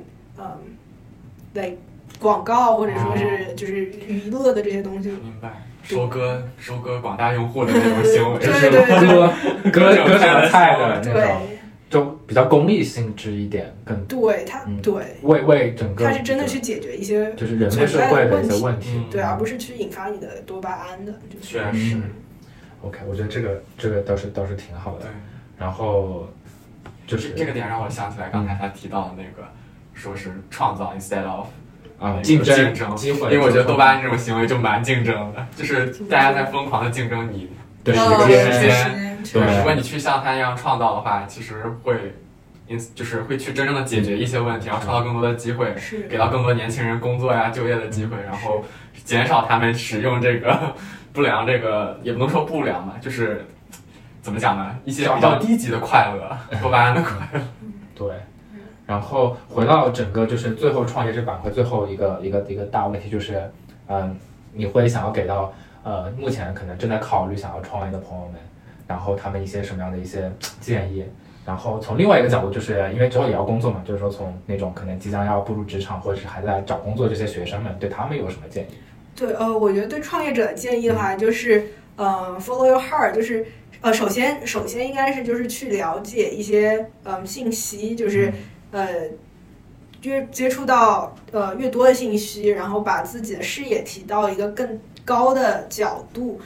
广告或者说是就是娱乐的这些东西。 明白。收割广大用户的那种行为， 就是割韭菜的那种。 对。 就比较功利性质一点，更对它对为整个它是真的去解决一些就是人类社会的一些问题， 对，而不是去引发你的多巴胺的。 确实。 OK， 我觉得这个倒是挺好的。 对。 然后就是这个点让我想起来刚才他提到的那个，说是创造 instead of 竞争机会，因为我觉得多巴胺这种行为就蛮竞争的，就是大家在疯狂的竞争你的时间。对，如果你去像他一样创造的话，其实就是会去真正的解决一些问题，然后创造更多的机会，给到更多年轻人工作呀、就业的机会，然后减少他们使用这个不良，这个也不能说不良吧，就是怎么讲呢？一些比较低级的快乐，多巴胺的快乐。 对。然后回到整个就是最后创业这板块最后一个大问题就是，你会想要给到目前可能正在考虑想要创业的朋友们。然后他们一些什么样的一些建议，然后从另外一个角度，就是因为之后也要工作嘛，就是说从那种可能即将要步入职场或者是还在找工作这些学生们，对他们有什么建议？ 对，我觉得对创业者的建议的话，就是follow your heart，就是首先应该是就是去了解一些信息，就是越接触到越多的信息，然后把自己的视野提到一个更高的角度。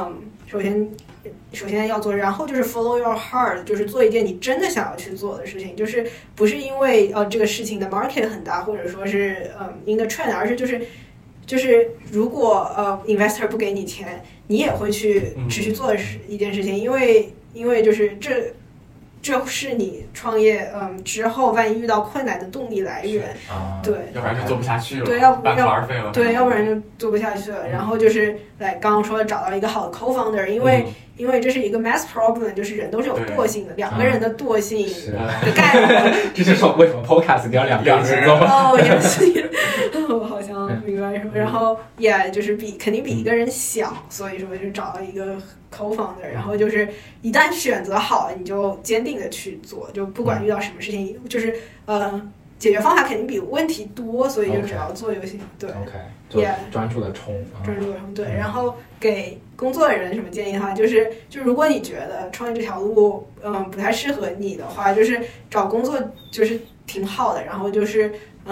首先要做，然后就是 follow your heart， 就是做一件你真的想要去做的事情，就是不是因为这个事情的 market 很大，或者说是in the trend， 而是就是如果investor 不给你钱，你也会去持续做一件事情，因为就是这是你创业之后万一遇到困难的动力来源。对， 要不然就做不下去了， 对， 半途而废了。 对，要不然就做不下去了。然后就是刚刚说的找到一个好的 co-founder， 因为这是一个 math problem， 就是人都是有惰性的，两个人的惰性的概率。 这就是为什么 podcast 一定要两个人一起做。 也是，我好像明白什么。然后也就是肯定比一个人小，所以说就找到一个 co-founder， 然后就是一旦选择好了，你就坚定的去做，就不管遇到什么事情，就是解决方法肯定比问题多，所以就只要做就行。对 ，OK， 就专注的冲， 对。然后给工作的人什么建议的话，就如果你觉得创业这条路不太适合你的话，就是找工作就是挺好的，然后就是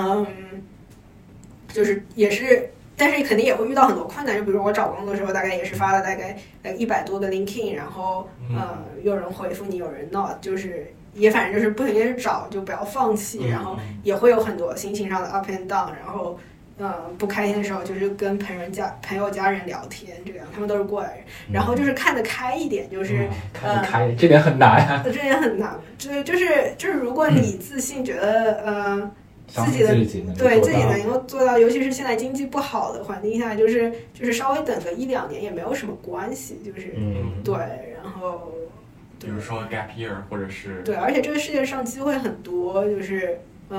也是。但是肯定也会遇到很多困难，就比如我找工作的时候，大概也是发了大概100多个 LinkedIn， 然后有人回复你，有人 not， 就是也反正就是不停地找，就不要放弃，然后也会有很多心情上的 up and down， 然后不开心的时候就是跟朋友家人聊天，这样他们都是过来人，然后就是看得开一点，就是看得开，这点很难呀。 这点很难，就是如果你自信觉得自己能够做到，尤其是现在经济不好的环境下，就是稍微等个1-2年也没有什么关系，就是对，然后比如说 gap year 或者是对，而且这个世界上机会很多，就是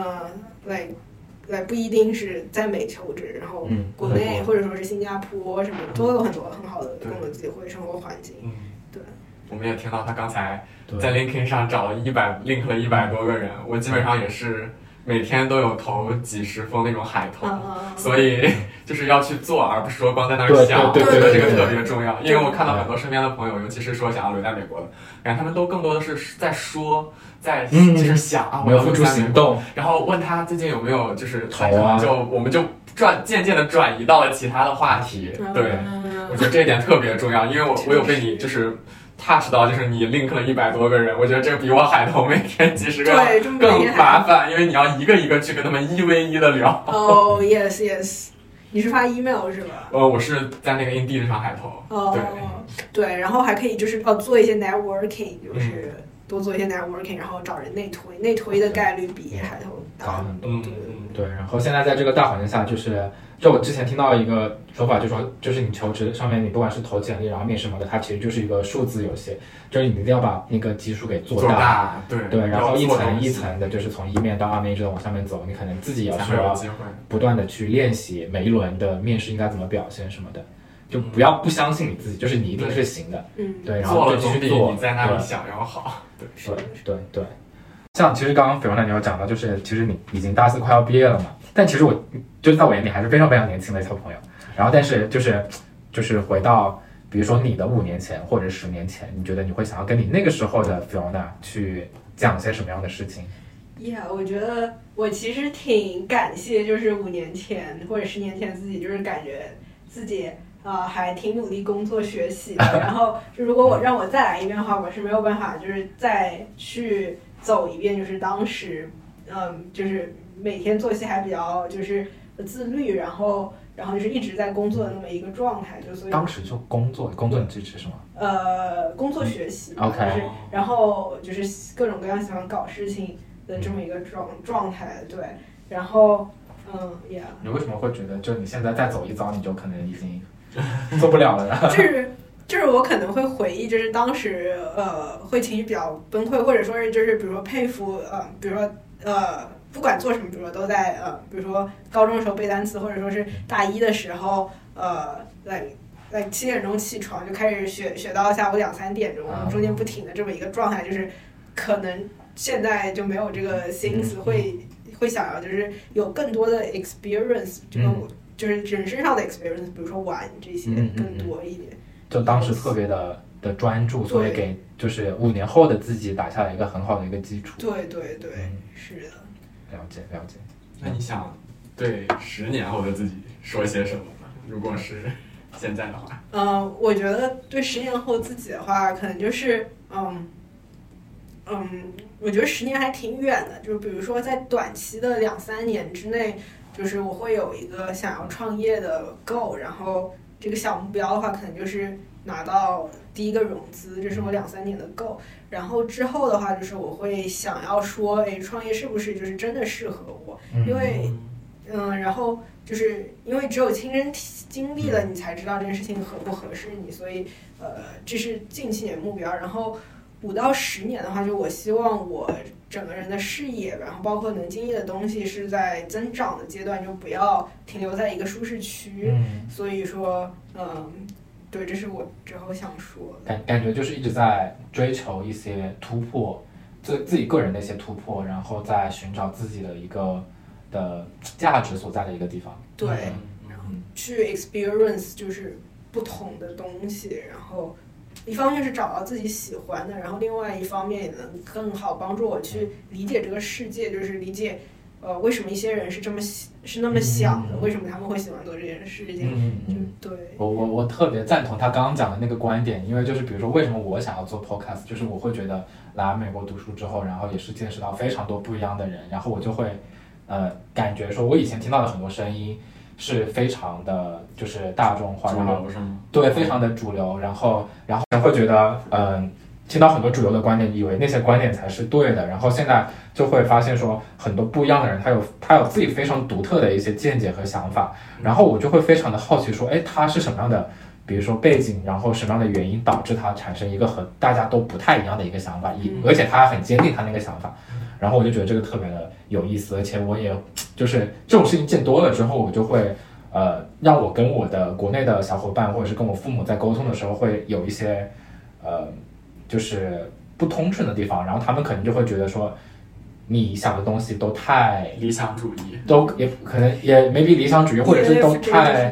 不一定是在美求职，然后国内或者说是新加坡什么都有很多很好的工作机会、生活环境。对， 我们也听到他刚才在 LinkedIn 上找了link 了100多个人，我基本上也是。每天都有投几十封那种海投，所以就是要去做，而不是说光在那儿想。我觉得这个特别重要，因为我看到很多身边的朋友，尤其是说想要留在美国的，感觉他们都更多的是在说，就是想我要付出行动。 然后问他最近有没有就是投啊，我们就渐渐的转移到了其他的话题。对，我觉得这一点特别重要，因为我有被你就是touch 到，就是你 link 了100多个人，我觉得这个比我海投每天几十个更麻烦，因为你要一个一个去跟他们1v1的聊。 yes， 你是发 email 是吧？ 我是在那个 Indeed 上海投。 对，然后还可以就是做一些 networking， 就是多做一些 networking， 然后找人内推的概率比海投大很多。 对，然后现在在这个大环境下，就我之前听到一个说法，就是你求职上面，你不管是投简历，然后面试什么的，它其实就是一个数字游戏，就是你一定要把那个基数给做大，对，然后一层一层的，就是从1面到2面一直往上面走，你可能自己也需要不断的去练习每一轮的面试应该怎么表现什么的，就不要不相信你自己，就是你一定是行的，对，然后就继续做， 你在那里想要好， 对。像其实刚刚Fiona你有讲到，就是其实你已经大4快要毕业了嘛，但其实我就是在我眼里还是非常非常年轻的小朋友。然后但是就是回到比如说你的5年前或者10年前，你觉得你会想要跟你那个时候的 Fiona 去讲些什么样的事情？ 我觉得我其实挺感谢，就是5年前或者10年前自己，就是感觉自己还挺努力工作学习的。然后就如果让我再来一遍的话，我是没有办法就是再去走一遍，就是当时就是每天作息还比较就是自律，然后就是一直在工作的那么一个状态，就所以当时就工作你支持是吗？ 工作学习 ，OK， 就是然后就是各种各样喜欢搞事情的这么一个状态，对，然后你为什么会觉得就你现在再走一遭，你就可能已经做不了了呢？ 就是我可能会回忆，就是当时会情绪比较崩溃，或者说是就是比如说佩服比如说不管做什么，比如说都在比如说高中的时候背单词，或者说是大1的时候7点钟起床就开始学到下午2-3点钟，中间不停的这么一个状态，就是可能现在就没有这个心思会想要就是有更多的 experience， 就是人身上的 experience， 比如说玩这些更多一点。 就当时特别的的专注，所以给就是5年后的自己打下了一个很好的一个基础。 对，是的。 了解。 那你想对10年后的自己说些什么呢？如果是现在的话， 我觉得对10年后自己的话，可能就是我觉得10年还挺远的，就是比如说在短期的2-3年之内，就是我会有一个想要创业的 goal， 然后这个小目标的话，可能就是拿到第一个融资，这是我2-3年的 goal。然后之后的话，就是我会想要说，创业是不是就是真的适合我？因为然后就是因为只有亲身经历了，你才知道这件事情合不合适你，所以这是近期年目标。然后5到10年的话，就我希望我整个人的视野，然后包括能经历的东西是在增长的阶段，就不要停留在一个舒适区。所以说对，这是我之后想说的。 感觉就是一直在追求一些突破，自己个人的一些突破，然后再寻找自己的一个的价值所在的一个地方。 对，然后去 experience 就是不同的东西，然后一方面是找到自己喜欢的，然后另外一方面也能更好帮助我去理解这个世界，就是理解为什么一些人是那么想的，为什么他们会喜欢做这件事情。对， 我特别赞同他刚刚讲的那个观点，因为就是比如说为什么我想要做 podcast， 就是我会觉得来美国读书之后，然后也是见识到非常多不一样的人，然后我就会感觉说我以前听到的很多声音是非常的就是大众化，然后对，非常的主流，然后会觉得听到很多主流的观点，以为那些观点才是对的，然后现在就会发现说很多不一样的人，他有自己非常独特的一些见解和想法，然后我就会非常的好奇说，他是什么样的，比如说背景，然后什么样的原因导致他产生一个和大家都不太一样的一个想法，而且他很坚定他那个想法，然后我就觉得这个特别的有意思，而且我也就是这种事情见多了之后，我就会让我跟我的国内的小伙伴或者是跟我父母在沟通的时候会有一些就是不通顺的地方，然后他们可能就会觉得说你想的东西都太理想主义， 都也可能也 maybe 理想主义，或者是都太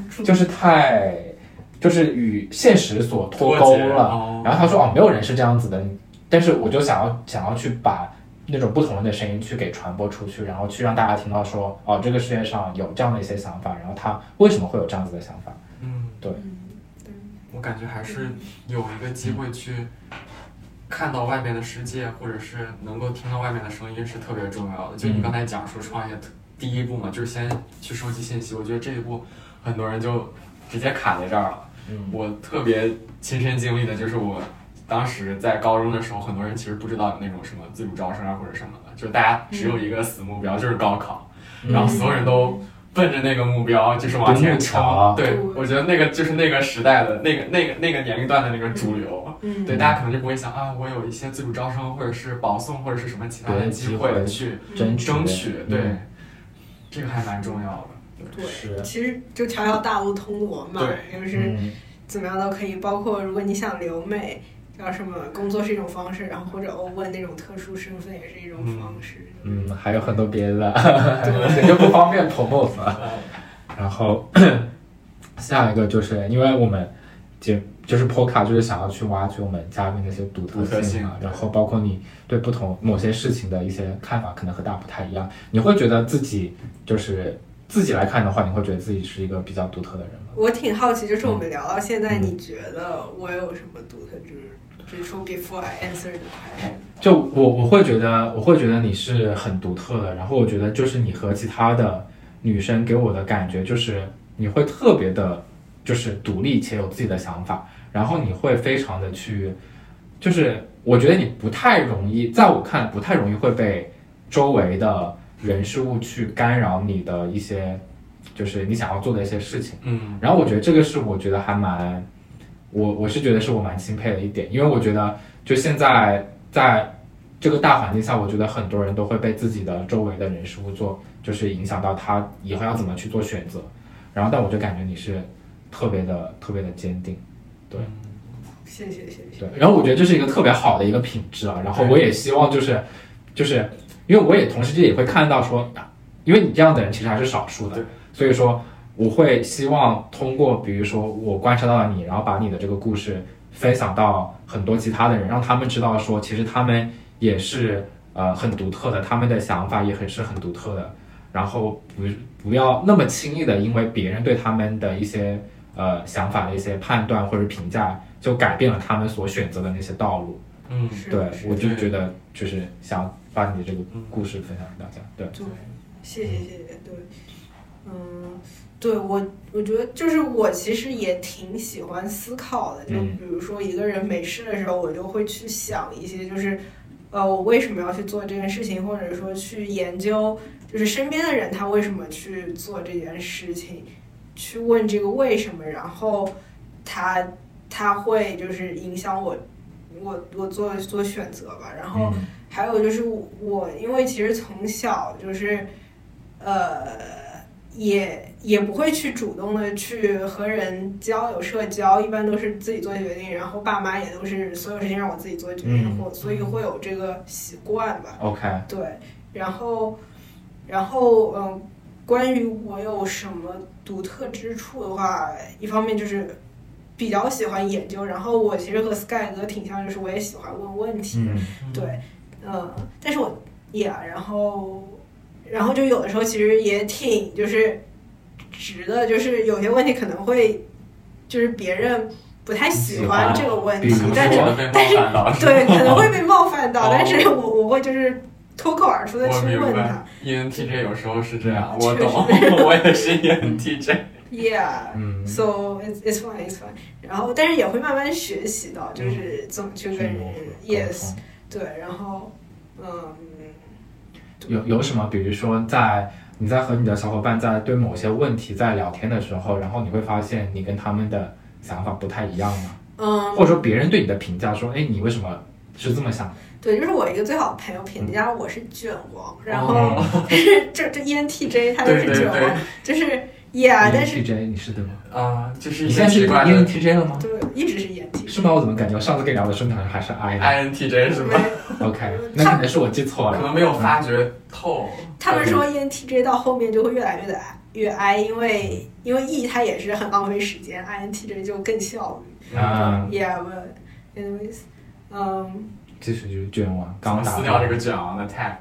就是与现实所脱钩了。然后他说没有人是这样子的，但是我就想要去把那种不同的声音去给传播出去，然后去让大家听到说这个世界上有这样的一些想法，然后他为什么会有这样子的想法。对。 我感觉还是有一个机会去看到外面的世界，或者是能够听到外面的声音是特别重要的。就你刚才讲说创业第一步嘛，就是先去收集信息，我觉得这一步很多人就直接卡在这儿了。我特别亲身经历的就是我当时在高中的时候，很多人其实不知道有那种什么自主招生啊或者什么的，就是大家只有一个死目标，就是高考，然后所有人都奔着那个目标就是往前冲。对，我觉得那个就是那个时代的那个年龄段的那个主流。对，大家可能就不会想我有一些自主招生或者是保送或者是什么其他的机会去争取。对，这个还蛮重要的。 对，其实就条条大路通罗马，就是怎么样都可以，包括如果你想留美，叫什么工作是一种方式，然后或者欧问那种特殊身份也是一种方式。 还有很多别的，就不方便 promote 了。然后下一个就是因为我们就是 podcast 就是想要去挖掘我们嘉宾的一些独特性嘛，然后包括你对不同某些事情的一些看法可能和大家不太一样，你会觉得自己就是自己来看的话，你会觉得自己是一个比较独特的人吗？ 我挺好奇，就是我们聊到现在，你觉得我有什么独特？就是说 before I answer the question， 就我会觉得你是很独特的，然后我觉得就是你和其他的女生给我的感觉就是你会特别的，就是独立且有自己的想法，然后你会非常的去，就是我觉得你不太容易，在我看来不太容易会被周围的人事物去干扰你的一些，就是你想要做的一些事情。然后我觉得这个是我觉得还蛮，我是觉得是我蛮钦佩的一点，因为我觉得就现在在这个大环境下，我觉得很多人都会被自己的周围的人事物就是影响到他以后要怎么去做选择。然后但我就感觉你是特别的坚定。对， 谢谢。 对，然后我觉得这是一个特别好的一个品质啊。然后我也希望就是因为我也同时也会看到说，因为你这样的人其实还是少数的，所以说我会希望通过比如说我观察到了你，然后把你的这个故事分享到很多其他的人，让他们知道说其实他们也是很独特的，他们的想法也是很独特的，然后不要那么轻易的因为别人对他们的一些想法的一些判断或者评价就改变了他们所选择的那些道路。对，我就觉得就是想把你这个故事分享给大家。对， 谢谢。对，对我觉得就是我其实也挺喜欢思考的，就比如说一个人没事的时候，我就会去想一些就是我为什么要去做这件事情，或者说去研究就是身边的人他为什么去做这件事情，去问这个为什么，然后他会就是影响我做选择吧。然后还有就是我因为其实从小就是也不会去主动的去和人交友社交，一般都是自己做决定，然后爸妈也都是所有事情让我自己做决定，所以会有这个习惯吧。 OK， 对，然后关于我有什么独特之处的话，一方面就是比较喜欢研究，然后我其实和 Sky 哥挺像，就是我也喜欢问问题，对，但是我然后就有的时候其实也挺就是直的，就是有些问题可能会就是别人不太喜欢这个问题，但是对可能会被冒犯到，但是我会就是脱口而出的去问他。 ENTJ 有时候是这样，我懂，我也是 ENTJ。 So it's fine。然后但是也会慢慢学习到，就是怎么去跟人，yes， 对，然后有什么，比如说你在和你的小伙伴在对某些问题在聊天的时候，然后你会发现你跟他们的想法不太一样吗？或者说别人对你的评价说，哎，你为什么是这么想的？ 对，就是我一个最好的朋友评价我是卷王，然后这 ENTJ 他就是卷王，就是但是 ENTJ 你是的吗？ 就是你现在是 ENTJ 了吗？ 对，一直是 ENTJ。 是吗？我怎么感觉我上次跟你聊的时候好像还是 INTJ 是吗 ？OK， 那可能是我记错了， 可能没有发觉透。 他们说 ENTJ 到后面就会越来越 I， 因为 E 它也是很浪费时间 ，INTJ 就更效率。but anyways， 其实就是卷王，刚撕掉这个卷王的 tag，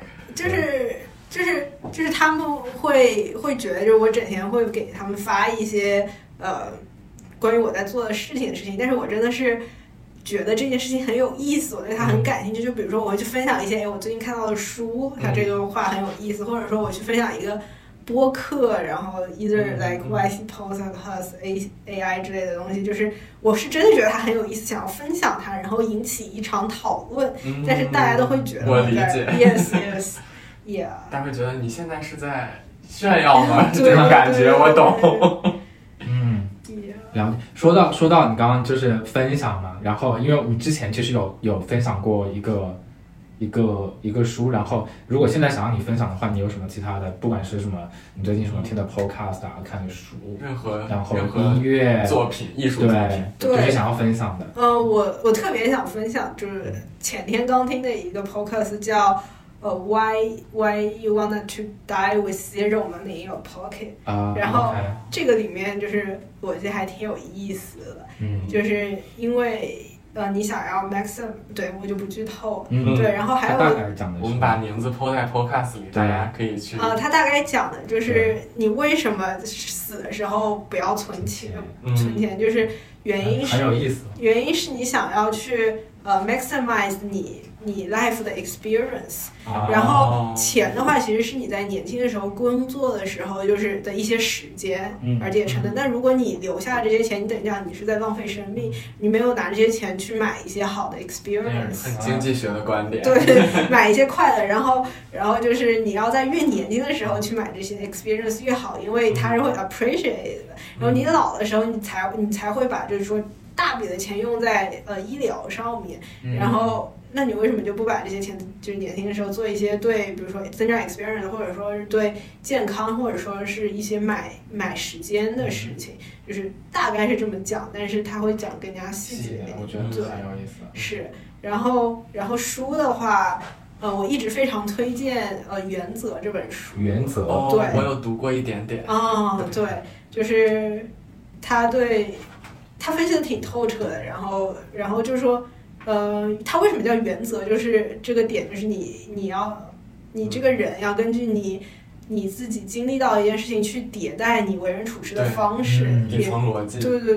就是他们会觉得，就是我整天会给他们发一些关于我在做的事情，但是我真的是觉得这件事情很有意思，我对它很感兴趣。就比如说我会去分享一些我最近看到的书，它这个话很有意思，或者说我去分享一个播客，然后 either like YC Podcast AI 之类的东西，就是我是真的觉得它很有意思，想要分享它，然后引起一场讨论，但是大家都会觉得我理解 yes yeah， 大家会觉得你现在是在炫耀吗？这种感觉我懂。 了解。说到你刚刚就是分享嘛，然后因为你之前其实有分享过一个书，然后如果现在想让你分享的话，你有什么其他的，不管是什么你最近什么听的 podcast 啊，看的书，然后音乐作品、艺术作品， 对， 就是想要分享的。 我特别想分享，就是前天刚听的一个 podcast 叫Why you wanna to die with zero money in your pocket，然后这个里面就是我觉得还挺有意思的，就是因为你想要 maximum， 对我就不剧透，对，然后还有我们把名字抛在 podcast 里，大家可以去。 他大概讲的就是你为什么死的时候不要存钱，就是原因是很有意思， 原因是你想要去maximize 你 life 的 experience，然后钱的话其实是你在年轻的时候工作的时候就是的一些时间而结成的，但如果你留下这些钱，你等于讲你是在浪费生命，你没有拿这些钱去买一些好的 experience， 很经济学的观点， 对，买一些快乐，然后就是你要在越年轻的时候去买这些 experience 越好，因为它是会 appreciate 的，然后你老的时候你才会把就是说大笔的钱用在医疗上面，然后那你为什么就不把这些钱就是年轻的时候做一些对比如说增长 experience 或者说是对健康或者说是一些买时间的事情，就是大概是这么讲，但是他会讲更加细节一点， 我觉得很有意思。 是，然后书的话我一直非常推荐原则这本书。 原则， 对， 我有读过一点点。 对，就是他他分析的挺透彻的，然后就是说，他为什么叫原则？就是这个点，就是你这个人要根据你自己经历到一件事情去迭代你为人处事的方式， 底层逻辑。 对，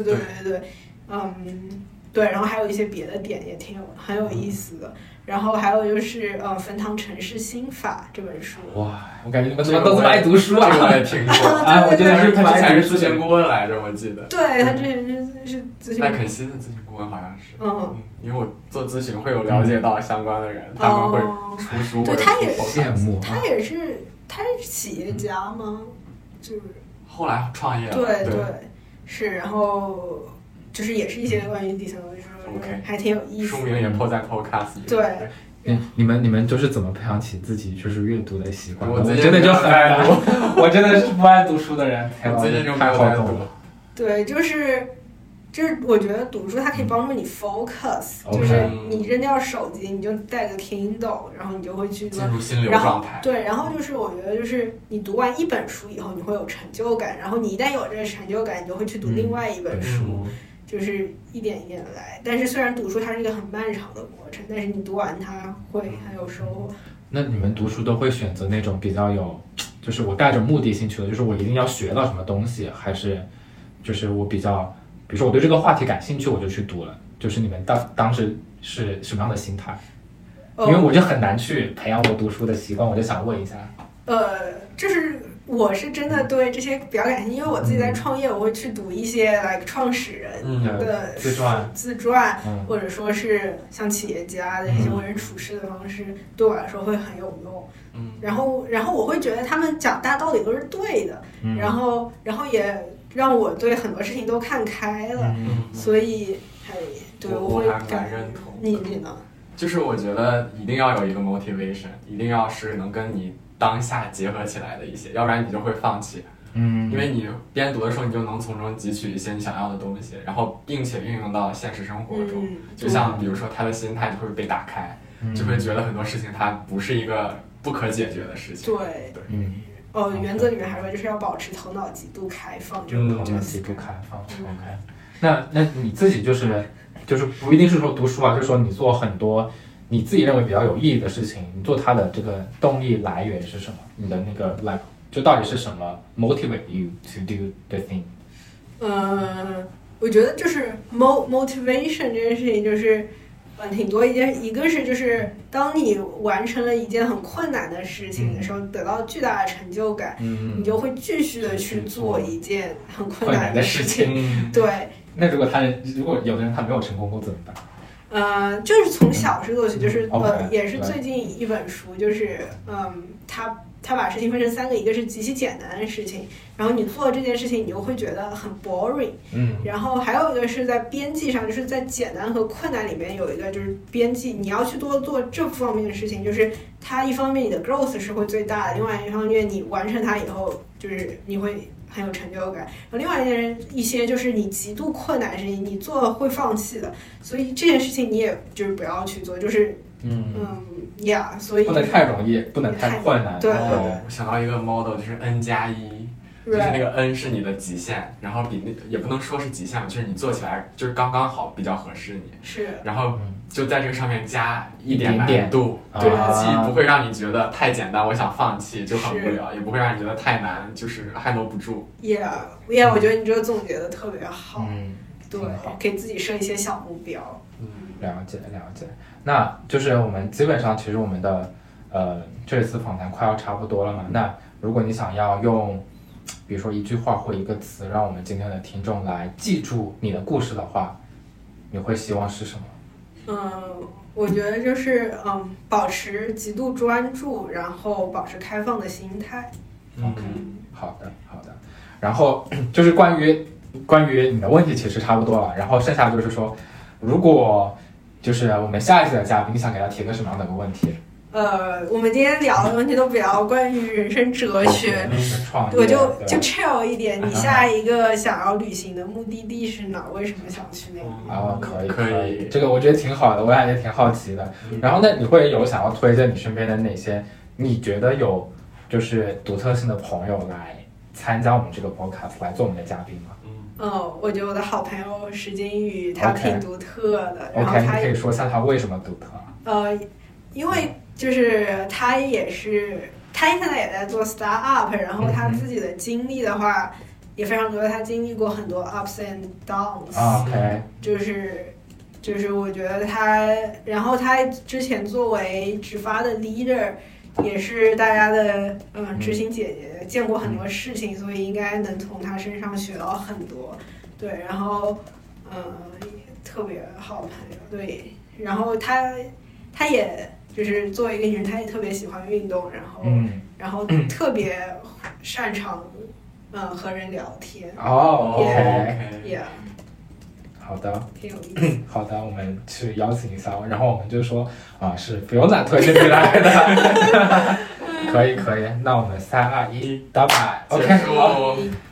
对，然后还有一些别的点也很有意思的。然后还有就是冯唐城市心法这本书。 哇，我感觉你们怎么都这么爱读书啊！ 这个我也听过啊，我觉得是他之前是咨询顾问来着，我记得。 对，他之前是咨询。 麦肯锡的咨询顾问好像是。因为我做咨询会有了解到相关的人，他们会出书。 对，他也羡慕。 他是企业家吗？就是后来创业了。 对，是，然后就是也是一些关于底层的，就是还挺有意思。 书名也抛在 Podcast 里。 对。 你们就是怎么培养起自己就是阅读的习惯？ 我真的就很难，我真的是不爱读书的人， 我最近就太好懂了。 对，就是我觉得读书它可以帮助你 focus，就是你扔掉手机，你就带个 Kindle， 然后你就会去进入心流状态。 对，然后就是我觉得就是你读完一本书以后，你会有成就感，然后你一旦有这个成就感，你就会去读另外一本书。就是一点一点的来，但是虽然读书它是一个很漫长的过程，但是你读完它会很有收获。 那你们读书都会选择那种比较有，就是我带着目的性去的，就是我一定要学到什么东西，还是就是我比较，比如说我对这个话题感兴趣，我就去读了。就是你们当时是什么样的心态？因为我就很难去培养我读书的习惯，我就想问一下。 就是我是真的对这些比较感兴趣，因为我自己在创业，我会去读一些创始人的自传，或者说是像企业家的一些为人处事的方式，对我来说会很有用。然后我会觉得他们讲大道理都是对的，然后也让我对很多事情都看开了，所以对我会蛮认同。 你呢？ 就是我觉得一定要有一个 motivation， 一定要是能跟你当下结合起来的一些，要不然你就会放弃。因为你边读的时候，你就能从中汲取一些你想要的东西，然后并且运用到现实生活中。就像比如说他的心态就会被打开，就会觉得很多事情它不是一个不可解决的事情。 对，原则里面还说就是要保持头脑极度开放，这种头脑极度开放。OK， 那你自己就是不一定是说读书啊，就是说你做很多你自己认为比较有意义的事情，你做它的这个动力来源是什么？你的那个就到底是什么 motivate you to do the thing？ 我觉得就是 motivation 这件事情就是挺多一个是就是当你完成了一件很困难的事情的时候，得到巨大的成就感，你就会继续的去做一件很困难的事情。对。 那如果有的人他没有成功过怎么办？ 就是从小事做起，就是也是最近一本书，就是他把事情分成3个，一个是极其简单的事情，然后你做这件事情你就会觉得很 boring，然后还有一个是在边际上，就是在简单和困难里面有一个就是边际，你要去多做这方面的事情，就是它一方面你的 growth 是会最大的，另外一方面你完成它以后，就是你会很有成就感。然后另外一些就是你极度困难的事情，你做了会放弃的，所以这件事情你也就是不要去做，就是所以不能太容易，不能太困难。 对， 我想到一个 model 就是 N+1，就是那个 N 是你的极限，然后也不能说是极限，就是你做起来就是刚刚好，比较合适你。 是。 然后就在这个上面加一点难度，对，既不会让你觉得太简单，我想放弃就很无聊，也不会让你觉得太难，就是还搂不住。 我觉得你这个总结的特别好。对，给自己设一些小目标。 了解。那就是我们基本上其实我们的这次访谈快要差不多了嘛。那如果你想要用比如说一句话或一个词让我们今天的听众来记住你的故事的话，你会希望是什么？ 我觉得就是保持极度专注，然后保持开放的心态。 OK， 好的。然后就是关于你的问题其实差不多了，然后剩下就是说，如果就是我们下一期的嘉宾，你想给他提个什么样的一个问题？ 我们今天聊的问题都比较关于人生哲学，我就 chill 一点。你下一个想要旅行的目的地是哪？为什么想去那个？ 可以， 这个我觉得挺好的，我感觉挺好奇的。然后呢，你会有想要推荐你身边的哪些你觉得有就是独特性的朋友来参加我们这个 podcast 来做我们的嘉宾吗？ 我觉得我的好朋友石金宇他 OK 挺独特的，然后 OK， 他你可以说一下他为什么独特？ 因为就是他现在也在做 startup， 然后他自己的经历的话也非常多，他经历过很多 ups and downs。OK， 就是我觉得然后他之前作为直发的 leader， 也是大家的执行姐姐，见过很多事情，所以应该能从他身上学到很多。对，然后特别好的朋友，对，然后他也就是作为一个女人，她也特别喜欢运动，然后特别擅长和人聊天。OK， 好的， 挺有意思。 好的，我们去邀请一下，然后我们就说是 Fiona 推荐你来的，可以，那我们3、2、1，打板 ，OK， 好。